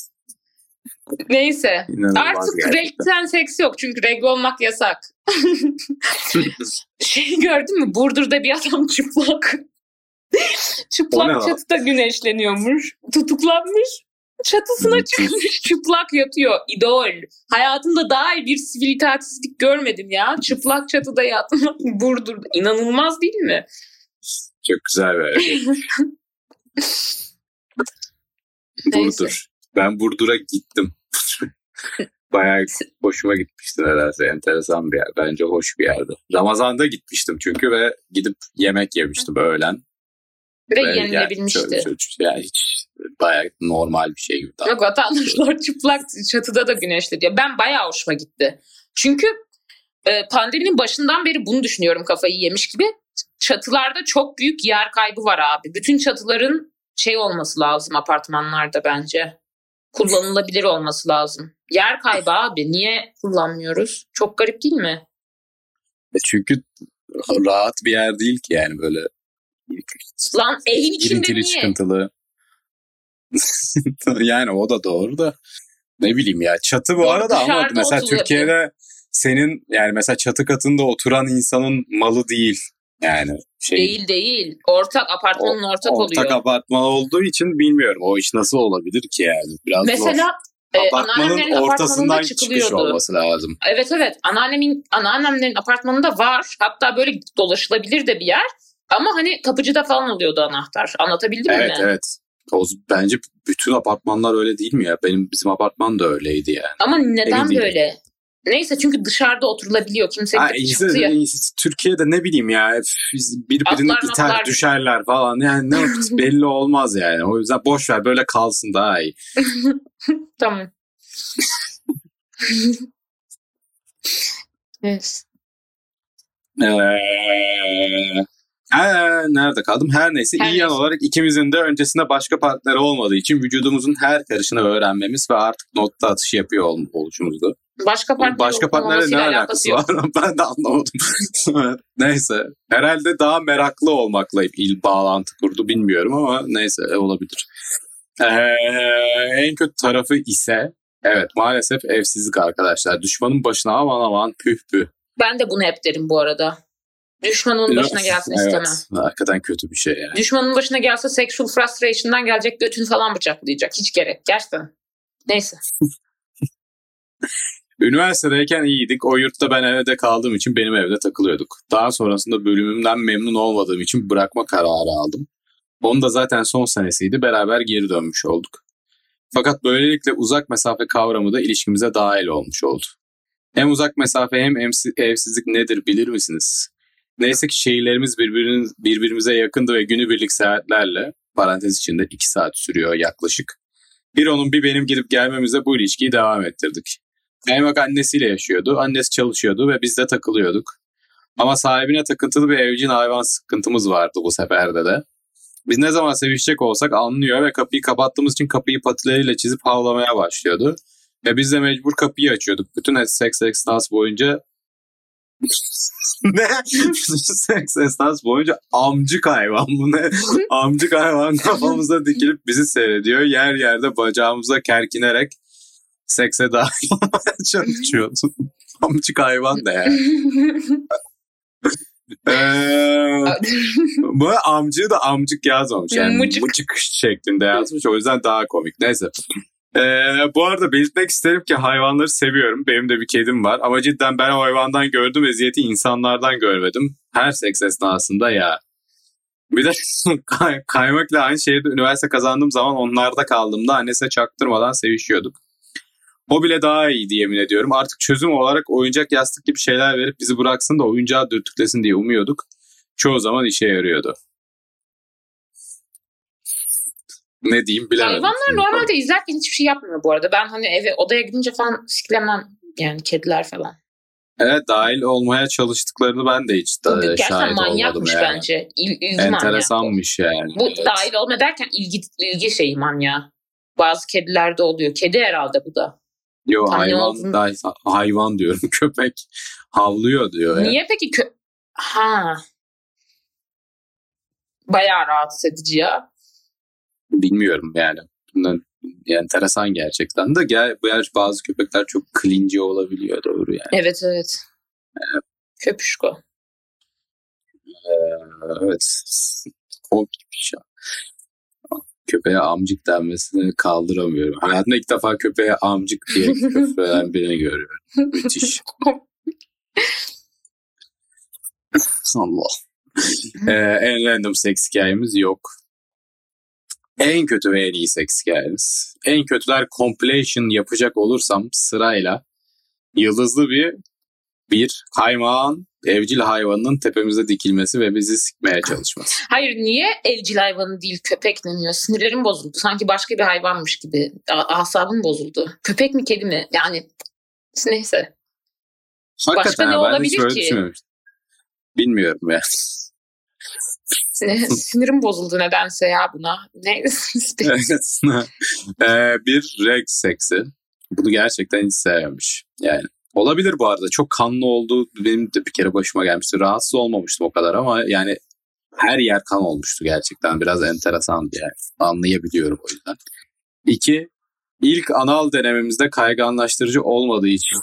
Neyse.
İnanılmaz
Artık
gerçekten.
renkten seks yok çünkü regl olmak yasak. Gördün mü? Burdur'da bir adam çıplak.
O ne
Çıplak
lan?
çatıda güneşleniyormuş. Tutuklanmış. Çatısına
Müthiş.
çıkmış, çıplak yatıyor. İdol. Hayatımda daha iyi bir sivil itaatsizlik görmedim ya. Çıplak çatıda yatmak Burdur'da. İnanılmaz değil mi?
Çok güzel bir hareket.
Neyse.
Burdur. Ben Burdur'a gittim. Bayağı hoşuma gitmişti nedense. Enteresan bir yer. Bence hoş bir yerdi. Ramazan'da gitmiştim çünkü ve gidip yemek yemiştim öğlen.
Ve
Yani
yenilebilmişti.
yani hiç bayağı normal bir şey gibi.
Yok, vatandaşlar çıplak çatıda da güneşledi. Ben bayağı hoşuma gitti. Çünkü pandeminin başından beri bunu düşünüyorum, kafayı yemiş gibi. Çatılarda çok büyük yer kaybı var abi. Bütün çatıların olması lazım apartmanlarda bence. Kullanılabilir olması lazım. Yer kaybı abi. Niye kullanmıyoruz? Çok garip değil mi?
Çünkü rahat bir yer değil ki yani böyle.
Lan evin içinde
Girintili
niye?
çıkıntılı. Yani o da doğru da ne bileyim ya, çatı bu
Doğru,
arada ama
dışarıda
mesela
oturuyor.
Türkiye'de senin yani mesela çatı katında oturan insanın malı değil yani
Değil. Ortak apartmanın ortak oluyor.
apartman olduğu için bilmiyorum o iş nasıl olabilir ki yani, biraz zor.
Mesela
Apartmanın
anneannemlerin
ortasından
apartmanında
çıkış
çıkılıyordu.
olması lazım.
Evet. Anneannemlerin apartmanında var. Hatta böyle dolaşılabilir de bir yer. Ama hani kapıcıda falan oluyordu anahtar. Anlatabildim mi?
Evet. Bence bütün apartmanlar öyle değil mi ya? Bizim apartman da öyleydi yani.
Ama neden
Emin değilim.
böyle? Neyse çünkü dışarıda oturulabiliyor. Kimse gidip çıktıya.
Türkiye'de ne bileyim ya birbirini
Atlar,
iter
matlar.
düşerler falan. Yani ne belli olmaz yani. O yüzden boş ver böyle kalsın daha iyi.
Tamam. Evet.
Nerede kaldım? Her neyse
Her
iyi yan
neyse.
olarak ikimizin de öncesinde başka partneri olmadığı için vücudumuzun her karışını öğrenmemiz ve artık nokta atışı yapıyor oluşumuzdu.
Başka
Partnerle ne alakası var? Ben de anlamadım. Evet, neyse. Herhalde daha meraklı olmakla bağlantı kurdu bilmiyorum ama neyse olabilir. En kötü tarafı ise evet maalesef evsizlik arkadaşlar. Düşmanın başına aman püh püh.
Ben de bunu hep derim bu arada. Düşmanın başına gelsin istemem.
Evet, hakikaten kötü bir şey yani.
Düşmanın başına gelse sexual frustration'dan gelecek, götünü falan bıçaklayacak. Hiç gerek. Gerçekten. Neyse.
Üniversitedeyken iyiydik. O yurtta ben evde kaldığım için benim evde takılıyorduk. Daha sonrasında bölümümden memnun olmadığım için bırakma kararı aldım. Onun da zaten son senesiydi. Beraber geri dönmüş olduk. Fakat böylelikle uzak mesafe kavramı da ilişkimize dahil olmuş oldu. Hem uzak mesafe hem evsizlik nedir bilir misiniz? Neyse ki şehirlerimiz birbirimize yakındı ve günübirlik seyahatlerle, parantez içinde 2 saat sürüyor yaklaşık. Bir onun bir benim gidip gelmemize bu ilişkiyi devam ettirdik. Kaymak annesiyle yaşıyordu, annesi çalışıyordu ve biz de takılıyorduk. Ama sahibine takıntılı bir evcil hayvan sıkıntımız vardı bu seferde de. Biz ne zaman sevişecek olsak anlıyor ve kapıyı kapattığımız için kapıyı patileriyle çizip havlamaya başlıyordu. Ve biz de mecbur kapıyı açıyorduk. Bütün seks esnası boyunca ne? Seks esnası boyunca amcık hayvan bu ne? Amcık hayvan kafamıza dikilip bizi seyrediyor. Yer yerde bacağımıza kerkinerek sekse dahil olmaya çalışıyordu. Amcık hayvan da yani. Bu amcığı da amcık yazmamış. Yani mıcık şeklinde yazmış. O yüzden daha komik. Neyse. Bu arada belirtmek isterim ki hayvanları seviyorum. Benim de bir kedim var. Ama cidden ben o hayvandan gördüm eziyeti insanlardan görmedim. Her seks esnasında ya. Bir de Kaymak'la aynı şehirde üniversite kazandığım zaman onlarda kaldığımda annesine çaktırmadan sevişiyorduk. O bile daha iyiydi yemin ediyorum. Artık çözüm olarak oyuncak yastık gibi şeyler verip bizi bıraksın da oyuncağı dürtüklesin diye umuyorduk. Çoğu zaman işe yarıyordu. Ne diyeyim bilemedim.
Hayvanlar normalde izlerken hiçbir şey yapmıyor bu arada. Ben hani odaya gidince falan siklemem yani kediler falan.
Evet dahil olmaya çalıştıklarını ben de hiç şahit olmadım.
Gerçekten manyakmış
yani.
Bence. İlgi
enteresanmış
manyak
yani.
Bu
evet.
dahil olma derken ilgi şeyi manyağı. Bazı kedilerde oluyor. Kedi herhalde bu da.
Yo hayvan diyorum. Köpek havlıyor diyor.
Niye peki bayağı rahatsız edici ya.
Bilmiyorum yani. Enteresan gerçekten de. Bazı köpekler çok clingy olabiliyor doğru yani.
Evet. Köpüşko.
Evet. Komik bir şey. Köpeğe amcık denmesini kaldıramıyorum. Hayatımda ilk defa köpeğe amcık diye küfreden birini görüyorum. Müthiş. Allah. En random seks hikayemiz yok. En kötü ve en iyi seks hikayemiz. En kötüler compilation yapacak olursam sırayla yıldızlı bir kaymağın evcil hayvanının tepemize dikilmesi ve bizi sikmeye çalışması.
Hayır niye evcil hayvanı değil köpek deniyor? Sinirlerim bozuldu. Sanki başka bir hayvanmış gibi. Asabım bozuldu. Köpek mi kedi mi? Yani neyse.
Hakikaten
başka ne olabilir ki?
Bilmiyorum ya.
Sinirim bozuldu nedense ya buna.
Bir reg seksi. Bunu gerçekten hiç sevmemiş. Yani olabilir bu arada. Çok kanlı oldu. Benim de bir kere başıma gelmişti. Rahatsız olmamıştım o kadar ama yani her yer kan olmuştu gerçekten. Biraz enteresandı yani. Anlayabiliyorum o yüzden. 2. İlk anal denememizde kayganlaştırıcı olmadığı için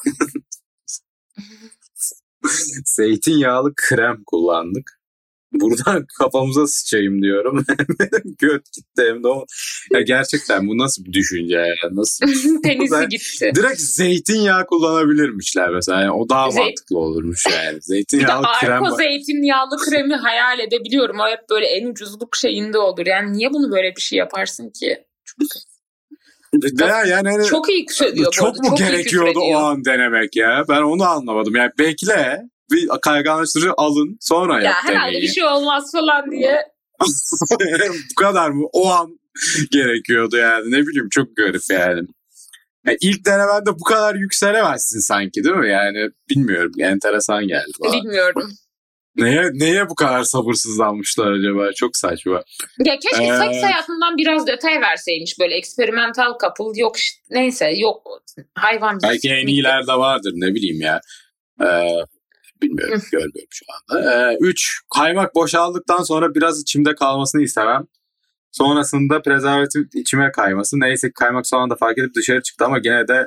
zeytinyağlı krem kullandık. Buradan kafamıza sıçayım diyorum. Göt gitti hem de o. Ya gerçekten bu nasıl bir düşünce ya? Nasıl?
Penisi gitti.
Direkt zeytinyağı kullanabilirmişler mesela. Yani o daha mantıklı olurmuş yani. Zeytinyağlı krem.
Arko zeytinyağlı kremi hayal edebiliyorum. O hep böyle en ucuzluk şeyinde olur. Yani niye bunu böyle bir şey yaparsın ki? Çok
Yani hani
Çok iyi söylüyor bu
çok
arada.
mu
Çok iyi
gerekiyordu o
küfrediyor.
an denemek ya? Ben onu anlamadım. Yani bekle, bir kayganlaştırıcı alın, sonra
Ya
yap
herhalde
deneyi.
bir şey olmaz falan diye.
Bu kadar mı? O an gerekiyordu yani. Ne bileyim, çok garip yani. Yani ilk denemende bu kadar yükselemezsin sanki, değil mi? Yani bilmiyorum. Enteresan geldi bana.
Bilmiyorum.
Neye bu kadar sabırsızlanmışlar acaba? Çok saçma.
Ya keşke seks hayatından biraz detay verseymiş. Böyle eksperimental couple yok işte. Neyse yok. Hayvan.
Belki en iyiler de vardır, ne bileyim ya. Bilmiyorum, görmüyorum şu anda. 3. Kaymak boşaldıktan sonra biraz içimde kalmasını istemem. Sonrasında prezervatif içime kayması. Neyse ki kaymak son anda fark edip dışarı çıktı ama gene de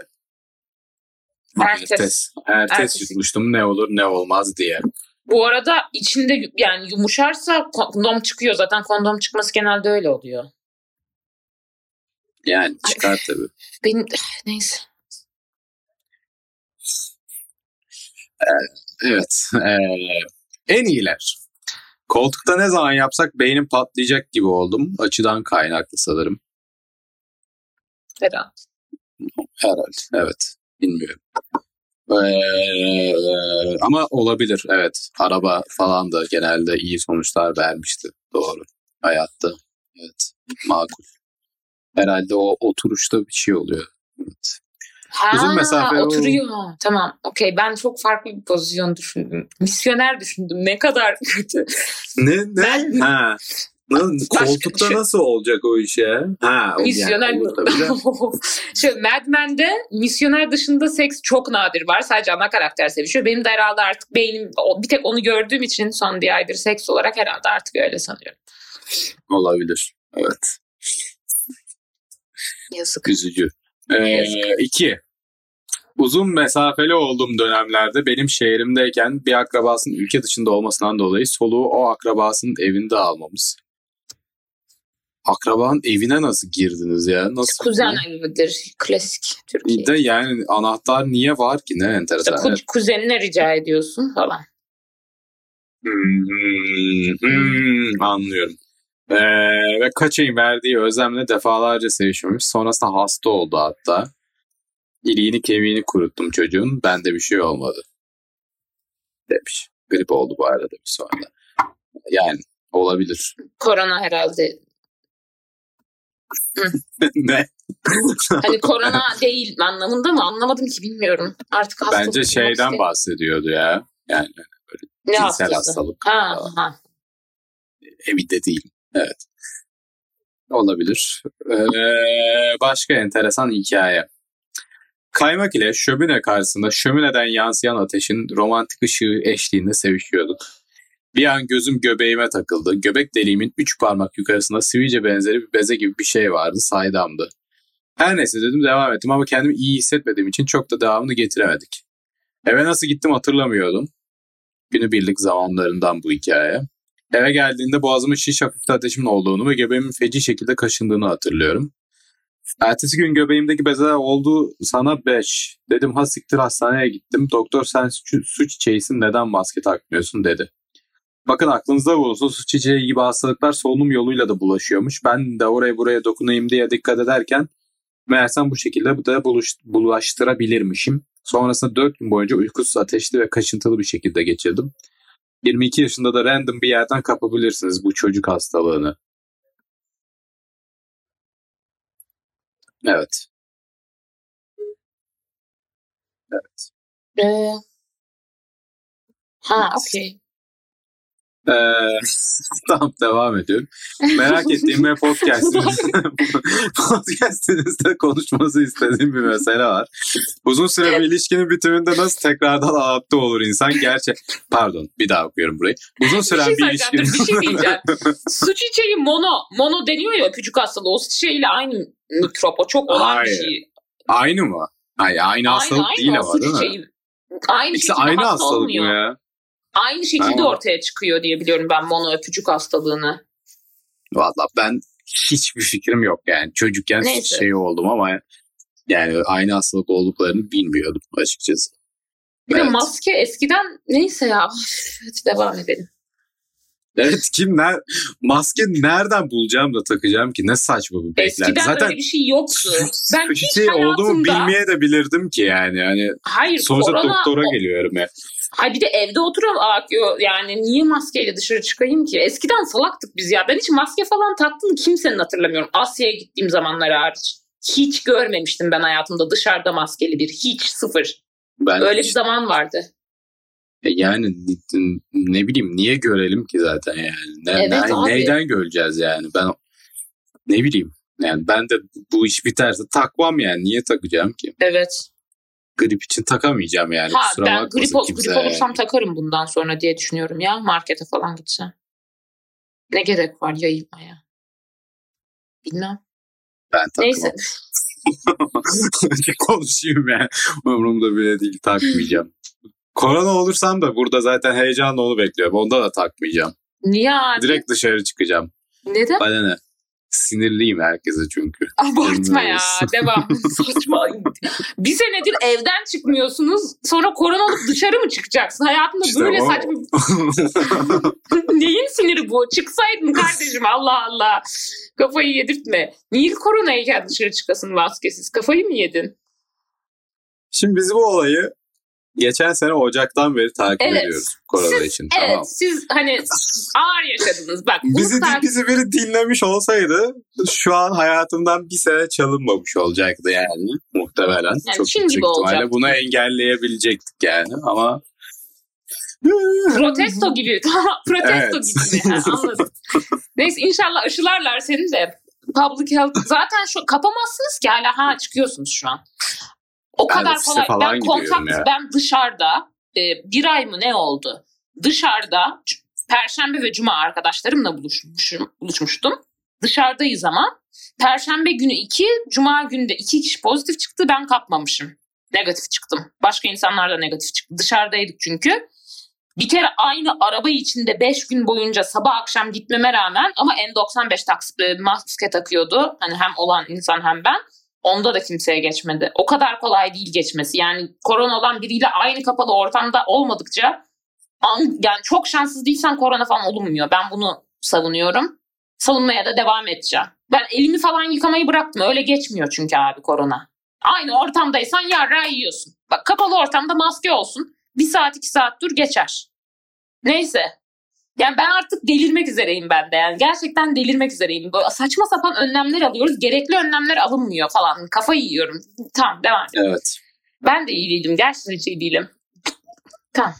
ertesi yutmuştum, ne olur ne olmaz diye.
Bu arada içinde yani yumuşarsa kondom çıkıyor. Zaten kondom çıkması genelde öyle oluyor.
Yani çıkar tabii.
Benim neyse.
Evet. En iyiler. Koltukta ne zaman yapsak beynim patlayacak gibi oldum. Açıdan kaynaklı sanırım. Herhalde. Evet. Bilmiyorum. Ama olabilir. Evet. Araba falan da genelde iyi sonuçlar vermişti. Doğru. Hayatta. Evet. Makul. Herhalde o oturuşta bir şey oluyor. Evet. Uzun mesafe
oturuyor. Tamam. Okey. Ben çok farklı bir pozisyon düşündüm. Misyoner düşündüm. Ne kadar kötü.
Ne? Ha. Koltukta nasıl olacak o iş ya? Ha,
misyoner
yani olur tabii de.
Şöyle Mad Men'de misyoner dışında seks çok nadir var. Sadece ana karakter sevişiyor. Benim de herhalde artık beynim bir tek onu gördüğüm için son bir aydır seks olarak herhalde artık öyle sanıyorum.
Olabilir. Evet.
Yazık.
Üzücü. 2. Uzun mesafeli olduğum dönemlerde benim şehrimdeyken bir akrabasının ülke dışında olmasından dolayı soluğu o akrabasının evinde almamız. Akrabanın evine nasıl girdiniz ya? Nasıl?
Kuzen evidir. Klasik Türkiye.
De yani anahtar niye var ki? Ne enteresan.
İşte kuzenine rica ediyorsun falan.
Anlıyorum. Ve Kaçay'ın verdiği özlemle defalarca sevişmemiş. Sonrasında hasta oldu hatta. İliğini kemiğini kuruttum çocuğun. Bende bir şey olmadı. Demiş. Grip oldu bu arada demiş sonra. Yani olabilir.
Korona herhalde.
Ne?
Hani korona değil anlamında mı? Anlamadım ki, bilmiyorum. Artık hastalık.
Bence şeyden bahsediyordu ya. Yani böyle cinsel hastalık.
Ha.
Evinde değil. Evet. Olabilir. Başka enteresan hikaye. Kaymak ile şömine karşısında şömineden yansıyan ateşin romantik ışığı eşliğinde sevişiyorduk. Bir an gözüm göbeğime takıldı. Göbek deliğimin 3 parmak yukarısında sivilce benzeri bir beze gibi bir şey vardı. Saydamdı. Her neyse dedim, devam ettim ama kendimi iyi hissetmediğim için çok da devamını getiremedik. Eve nasıl gittim hatırlamıyordum. Günübirlik zamanlarından bu hikaye. Eve geldiğinde boğazımın şiş, hafif ateşimin olduğunu ve göbeğimin feci şekilde kaşındığını hatırlıyorum. Ertesi gün göbeğimdeki bezeler oldu sana 5. Dedim ha siktir, hastaneye gittim. Doktor sen su çiçeğisin, neden maske takmıyorsun dedi. Bakın aklınızda bulunsun, su çiçeği gibi hastalıklar solunum yoluyla da bulaşıyormuş. Ben de oraya buraya dokunayım diye dikkat ederken meğersem bu şekilde de bulaştırabilirmişim. Sonrasında 4 gün boyunca uykusuz, ateşli ve kaşıntılı bir şekilde geçirdim. 22 yaşında da random bir yerden kapabilirsiniz bu çocuk hastalığını. Evet. Evet.
Okey.
Tamam, devam ediyorum. Merak ettiğim ve podcastinizde konuşması istediğim bir mesele var. Uzun süre bir ilişkinin bitiminde nasıl tekrardan adapte olur insan? Pardon, bir daha okuyorum burayı. Uzun süren bir ilişkinin...
Bir şey diyeceğim. Su çiçeği mono deniyor ya, öpücük hastalığı. O çiçeğiyle aynı mikrop. O çok olan bir şey.
Aynı mı? Aynı hastalık değil ama, değil mi?
Aynı şekilde
aynı
hasta
hastalık
olmuyor.
mı ya?
Aynı şekilde ortaya çıkıyor diye biliyorum ben mono öpücük hastalığını.
Valla ben hiçbir fikrim yok yani. Çocukken şey oldum ama yani aynı hastalık olduklarını bilmiyordum açıkçası.
Bir de maske eskiden neyse ya. Hadi devam edelim.
Evet, maske nereden bulacağım da takacağım ki? Ne saçma bu beklenti.
Eskiden
Zaten
öyle bir şey yoktu. Ben hiç
şey olduğumu
hayatımda...
bilmeye de bilirdim ki yani. Hani
Hayır,
sonuçta
korona...
doktora geliyorum ya.
Hayır, bir de evde oturuyorum. Yani niye maskeyle dışarı çıkayım ki? Eskiden salaktık biz ya. Ben hiç maske falan taktığını kimsenin hatırlamıyorum. Asya'ya gittiğim zamanlar hariç. Hiç görmemiştim ben hayatımda dışarıda maskeli bir. Hiç, sıfır.
Ben
öyle bir zaman vardı.
Yani ne bileyim, niye görelim ki zaten yani. Neyden göreceğiz yani? Ben ne bileyim. Yani ben de bu iş biterse takmam yani. Niye takacağım ki?
Evet.
Grip için takamayacağım yani. Kusura
Ben
bakmasın
grip olursam takarım bundan sonra diye düşünüyorum ya. Markete falan gitsem. Ne gerek var yayılmaya? Bilmem.
Ben takmam.
Neyse.
Konuşayım yani. Umurumda bile değil, takmayacağım. Korona olursam da burada zaten heyecanla onu bekliyorum. Onda da takmayacağım.
Niye abi?
Direkt dışarı çıkacağım.
Neden?
Bana ne? Sinirliyim herkese çünkü.
Abartma ya. Devam. Saçma. Bir senedir evden çıkmıyorsunuz. Sonra korona olup dışarı mı çıkacaksın? Hayatında
İşte
böyle saçma... Neyin siniri bu? Çıksaydın kardeşim, Allah Allah. Kafayı yedirtme. Niye koronayken dışarı çıkasın maskesiz? Kafayı mı yedin?
Şimdi biz bu olayı geçen sene Ocak'tan beri takip ediyoruz korona için.
Evet,
tamam.
Siz hani ağır yaşadınız. Bak,
bizi biri dinlemiş olsaydı şu an hayatımdan bir sene çalınmamış olacaktı yani muhtemelen.
Yani
çok
Çin gibi olacaktı.
Bunu engelleyebilecektik yani ama
protesto gibi. Protesto
Evet.
gibi mi? Anladım. Neyse, inşallah aşılarlar seni de. Public health. Zaten şu kapamazsınız ki, hala çıkıyorsunuz şu an. O
Ben
kadar kolay. Ben dışarıda bir ay mı ne oldu? Dışarıda Perşembe ve Cuma arkadaşlarımla buluşmuştum. Dışarıdayız ama. Perşembe günü 2, Cuma günü de 2 kişi pozitif çıktı. Ben kapmamışım. Negatif çıktım. Başka insanlar da negatif çıktı. Dışarıdaydık çünkü. Bir kere aynı araba içinde 5 gün boyunca sabah akşam gitmeme rağmen ama N95 maske takıyordu. Hani hem olan insan hem ben. Onda da kimseye geçmedi. O kadar kolay değil geçmesi. Yani korona olan biriyle aynı kapalı ortamda olmadıkça yani çok şanssız değilsen korona falan olunmuyor. Ben bunu savunuyorum. Savunmaya da devam edeceğim. Ben elimi falan yıkamayı bıraktım. Öyle geçmiyor çünkü abi korona. Aynı ortamdaysan yarrağı yiyorsun. Bak, kapalı ortamda maske olsun. 1 saat 2 saat dur, geçer. Neyse. Yani ben artık delirmek üzereyim ben de. Yani gerçekten delirmek üzereyim. Böyle saçma sapan önlemler alıyoruz. Gerekli önlemler alınmıyor falan. Kafayı yiyorum. Tamam, devam edelim.
Evet.
Ben de iyi değilim. Gerçekten hiç iyi değilim. Tamam.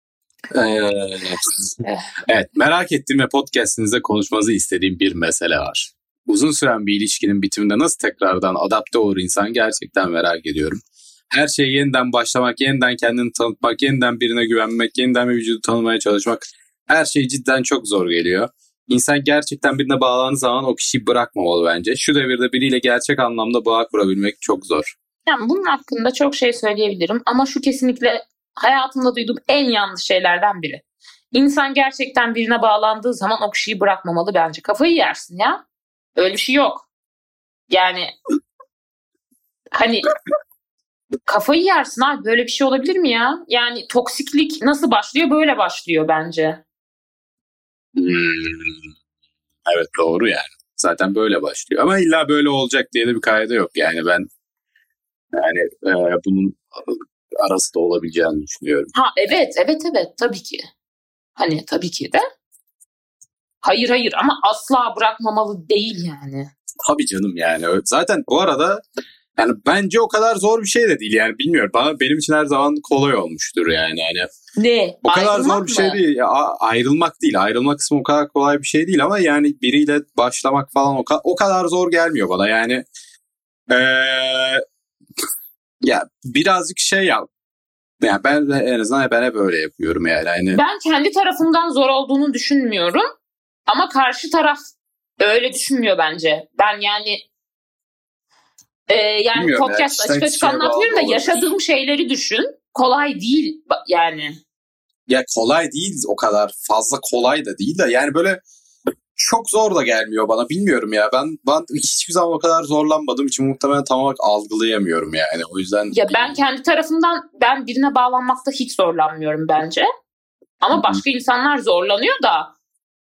Evet, merak ettiğim ve podcast'inizde konuşmanızı istediğim bir mesele var. Uzun süren bir ilişkinin bitiminde nasıl tekrardan adapte olur insan, gerçekten merak ediyorum. Her şeye yeniden başlamak, yeniden kendini tanıtmak, yeniden birine güvenmek, yeniden bir vücudu tanımaya çalışmak, her şey cidden çok zor geliyor. İnsan gerçekten birine bağlandığı zaman o kişiyi bırakmamalı bence. Şu devirde biriyle gerçek anlamda bağ kurabilmek çok zor.
Yani bunun hakkında çok şey söyleyebilirim ama şu kesinlikle hayatımda duyduğum en yanlış şeylerden biri. İnsan gerçekten birine bağlandığı zaman o kişiyi bırakmamalı bence. Kafayı yersin ya. Öyle bir şey yok. Yani hani kafayı yersin abi. Böyle bir şey olabilir mi ya? Yani toksiklik nasıl başlıyor? Böyle başlıyor bence.
Evet, doğru yani. Zaten böyle başlıyor. Ama illa böyle olacak diye de bir kaide yok. Yani ben bunun arası da olabileceğini düşünüyorum.
Evet tabii ki. Hani tabii ki de. Hayır ama asla bırakmamalı değil yani.
Tabii canım yani. Zaten bu arada yani bence o kadar zor bir şey de değil yani, bilmiyorum. Benim için her zaman kolay olmuştur yani. Hani
ne?
O kadar zor bir şey değil. Ayrılmak değil. Ayrılmak kısmı o kadar kolay bir şey değil ama yani biriyle başlamak falan o kadar zor gelmiyor bana. Yani ya birazcık şey yap. Yani ben en azından hep öyle yapıyorum yani.
Ben kendi tarafımdan zor olduğunu düşünmüyorum. Ama karşı taraf öyle düşünmüyor bence. Ben yani podcast açık anlatmıyorum da yaşadığım şeyleri düşün. Kolay değil yani.
Ya kolay değil, o kadar fazla kolay da değil de yani böyle çok zor da gelmiyor bana, bilmiyorum ya. Ben hiçbir zaman o kadar zorlanmadığım için muhtemelen tam olarak algılayamıyorum yani. O yüzden
ya ben kendi tarafımdan birine bağlanmakta hiç zorlanmıyorum bence. Ama başka insanlar zorlanıyor da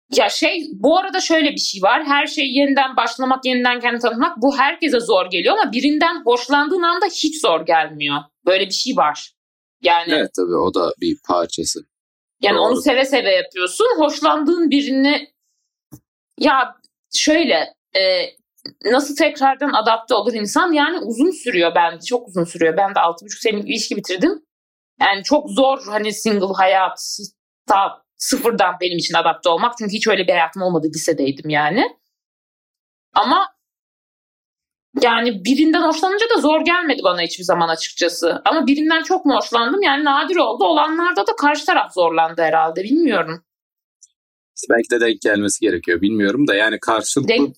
Ya bu arada şöyle bir şey var. Her şey yeniden başlamak, yeniden kendini tanımak bu herkese zor geliyor ama birinden hoşlandığın anda hiç zor gelmiyor. Böyle bir şey var. Yani
Evet tabii o da bir parçası.
yani
Doğru.
onu seve seve yapıyorsun. Hoşlandığın birini ya şöyle nasıl tekrardan adapte olur insan? Yani uzun sürüyor bence. Çok uzun sürüyor. Ben de 6,5 senelik ilişki bitirdim. Yani çok zor hani single hayat sıfırdan benim için adapte olmak. Çünkü hiç öyle bir hayatım olmadı. Lisedeydim yani. Ama yani birinden hoşlanınca da zor gelmedi bana hiçbir zaman açıkçası. Ama birinden çok mu hoşlandım? Yani nadir oldu. Olanlarda da karşı taraf zorlandı herhalde. Bilmiyorum.
İşte belki de denk gelmesi gerekiyor. Bilmiyorum da yani karşılıklı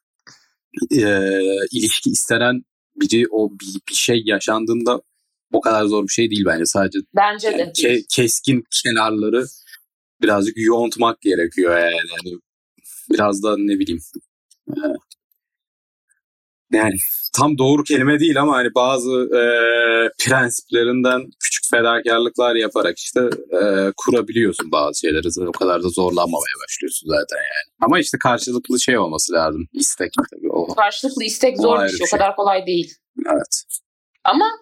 ilişki istenen biri o bir şey yaşandığında o kadar zor bir şey değil bence. Sadece
Bence
yani
de.
keskin kenarları birazcık yontmak gerekiyor yani. Biraz da ne bileyim yani tam doğru kelime değil ama hani bazı prensiplerinden küçük fedakarlıklar yaparak işte kurabiliyorsun bazı şeyleri. O kadar da zorlanmamaya başlıyorsun zaten yani. Ama işte karşılıklı şey olması lazım. İstek tabii.
Karşılıklı istek zor bir şey. O kadar kolay değil.
Evet.
Ama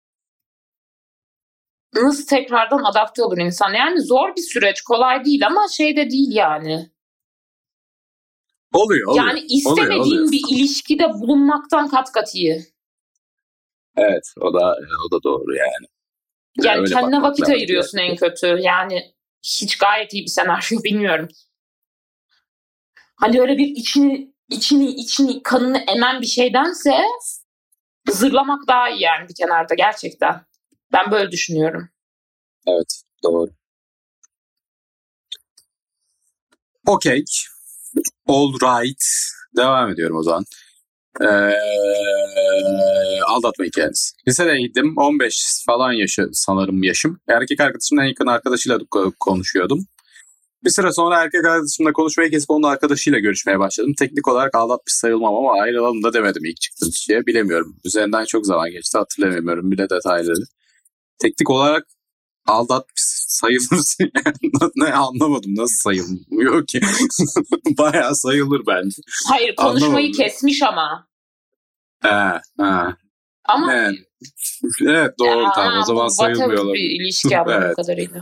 nasıl tekrardan adapte olur insan? Yani zor bir süreç. Kolay değil ama de değil yani.
Oluyor.
Yani istemediğin
oluyor.
bir ilişkide bulunmaktan kat kat iyi.
Evet, o da doğru yani.
Yani
öyle
kendine
bakmak
vakit
lazım
ayırıyorsun en kötü. Yani hiç gayet iyi bir senaryo bilmiyorum. Hani öyle bir içini kanını emen bir şeydense zırlamak daha iyi yani bir kenarda gerçekten. Ben böyle düşünüyorum.
Evet, doğru. Okey. All right. Devam ediyorum o zaman. Aldatma hikayesi. Lisedeydim. 15 falan sanırım yaşım. Erkek arkadaşımın en yakın arkadaşıyla konuşuyordum. Bir süre sonra erkek arkadaşımla konuşmayı kesip onun arkadaşıyla görüşmeye başladım. Teknik olarak aldatmış sayılmam ama ayrılalım da demedim ilk çıktığım kişiye. Bilemiyorum. Üzerinden çok zaman geçti. Hatırlamıyorum bile detayları. Teknik olarak aldatmış sayılır. Ne anlamadım. Nasıl sayılmıyor ki? Bayağı sayılır bence.
Hayır konuşmayı
Anlamadım.
kesmiş ama. Ama
evet doğru tamam. O zaman sayılmıyor
olabilir. Bir ilişki anladığım
evet.
kadarıyla.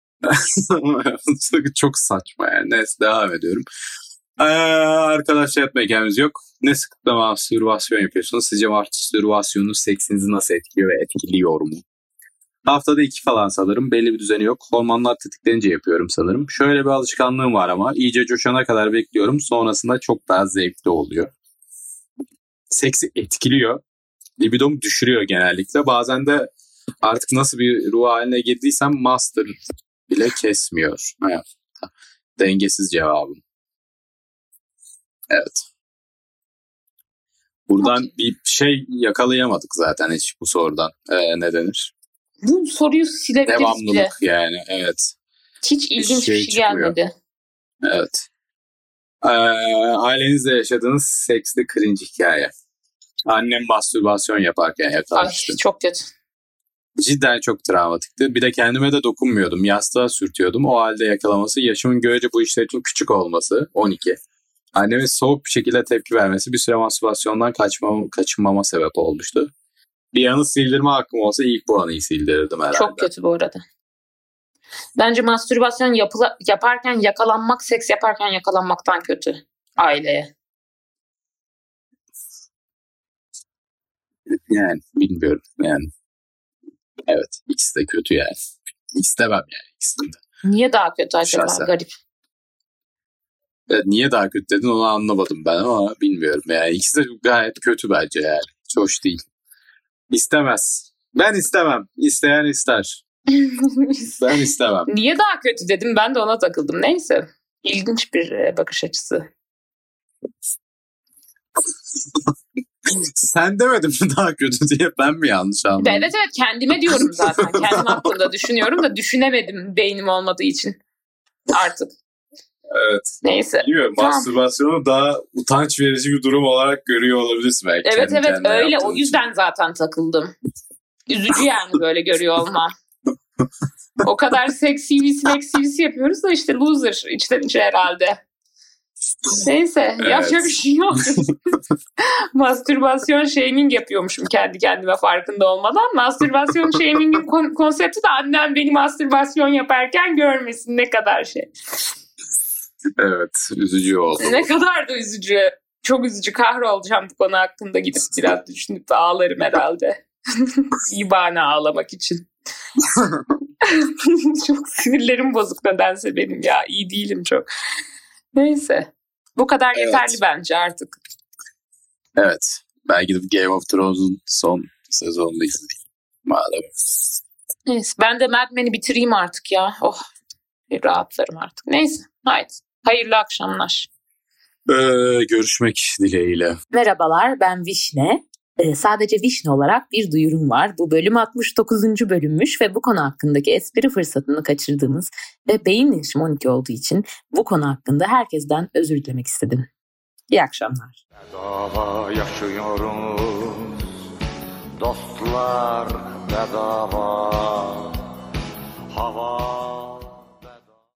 Çok saçma yani. Neyse devam ediyorum. Arkadaşlar yatma hikayemiz yok. Ne sıklıkla mastürbasyon yapıyorsunuz? Sizce mastürbasyonunuz seksinizi nasıl etkiliyor ve etkiliyor mu? Haftada 2 falan sanırım. Belli bir düzeni yok. Hormonlar tetiklenince yapıyorum sanırım. Şöyle bir alışkanlığım var ama iyice coşana kadar bekliyorum. Sonrasında çok daha zevkli oluyor. Seksi etkiliyor. Libidomu düşürüyor genellikle. Bazen de artık nasıl bir ruh haline girdiysem master bile kesmiyor. Evet. Dengesiz cevabım. Evet. Buradan bir şey yakalayamadık zaten hiç bu sorudan. Ne denir?
Bu soruyu silebiliriz
Devamlılık
bile.
yani evet.
Hiç ilginç bir şey gelmedi.
Evet. Ailenizle yaşadığınız seksli cringe hikaye. Annem mastürbasyon yaparken yakalamıştı.
Ay çok kötü.
Cidden çok travmatikti. Bir de kendime de dokunmuyordum. Yastığa sürtüyordum. O halde yakalaması, yaşımın görece bu işler için küçük olması 12. Annemin soğuk bir şekilde tepki vermesi bir süre mastürbasyondan kaçınmama sebep olmuştu. Bir anı sildirme hakkım olsa ilk bu anıyı sildirirdim herhalde.
Çok kötü bu arada. Bence mastürbasyon yaparken yakalanmak, seks yaparken yakalanmaktan kötü aileye.
Yani bilmiyorum yani. Evet ikisi de kötü yani. İstemem yani ikisini de.
Niye daha kötü acaba?
Şahsen.
Garip.
Evet, niye daha kötü dedin onu anlamadım ben ama bilmiyorum. Yani ikisi de gayet kötü bence yani. Hiç hoş değil. İstemez. Ben istemem. İsteyen ister. Ben istemem.
Niye daha kötü dedim ben de ona takıldım. Neyse. İlginç bir bakış açısı.
Sen demedin mi daha kötü diye ben mi yanlış anladım?
Evet kendime diyorum zaten. Kendim hakkında düşünüyorum da düşünemedim beynim olmadığı için. Artık.
Evet.
Neyse.
Bilmiyorum.
Tamam.
Mastürbasyonu daha utanç verici bir durum olarak görüyor olabilirsin belki.
Evet öyle
yaptığın
o yüzden zaten takıldım. Üzücü yani böyle görüyor olmam. O kadar seksivisi yapıyoruz da işte loser içten içe herhalde. Neyse
Evet.
yapacak bir şey yok. Mastürbasyon shaming yapıyormuşum kendi kendime farkında olmadan. Mastürbasyon shaming'in konsepti de annem beni mastürbasyon yaparken görmesin, ne kadar şey.
Evet, üzücü oldu.
Ne kadar da üzücü. Çok üzücü, kahrolacağım bu konu hakkında, gidip biraz düşünüp de ağlarım herhalde. İyi bahane ağlamak için. Çok sinirlerim bozuk nedense benim ya. İyi değilim çok. Neyse. Bu kadar
Evet.
yeterli bence artık.
Evet. Ben gidip Game of Thrones'un son sezonunu izleyeyim. Madem.
Neyse. Ben de Mad Men'i bitireyim artık ya. Oh. Bir rahatlarım artık. Neyse. Haydi. Hayırlı akşamlar.
Görüşmek dileğiyle.
Merhabalar, ben Vişne. Sadece Vişne olarak bir duyurum var. Bu bölüm 69. bölümmüş ve bu konu hakkındaki espri fırsatını kaçırdığımız ve beyin yaşım 12 olduğu için bu konu hakkında herkesten özür dilemek istedim. İyi akşamlar.
Bedava yaşıyoruz, dostlar bedava, hava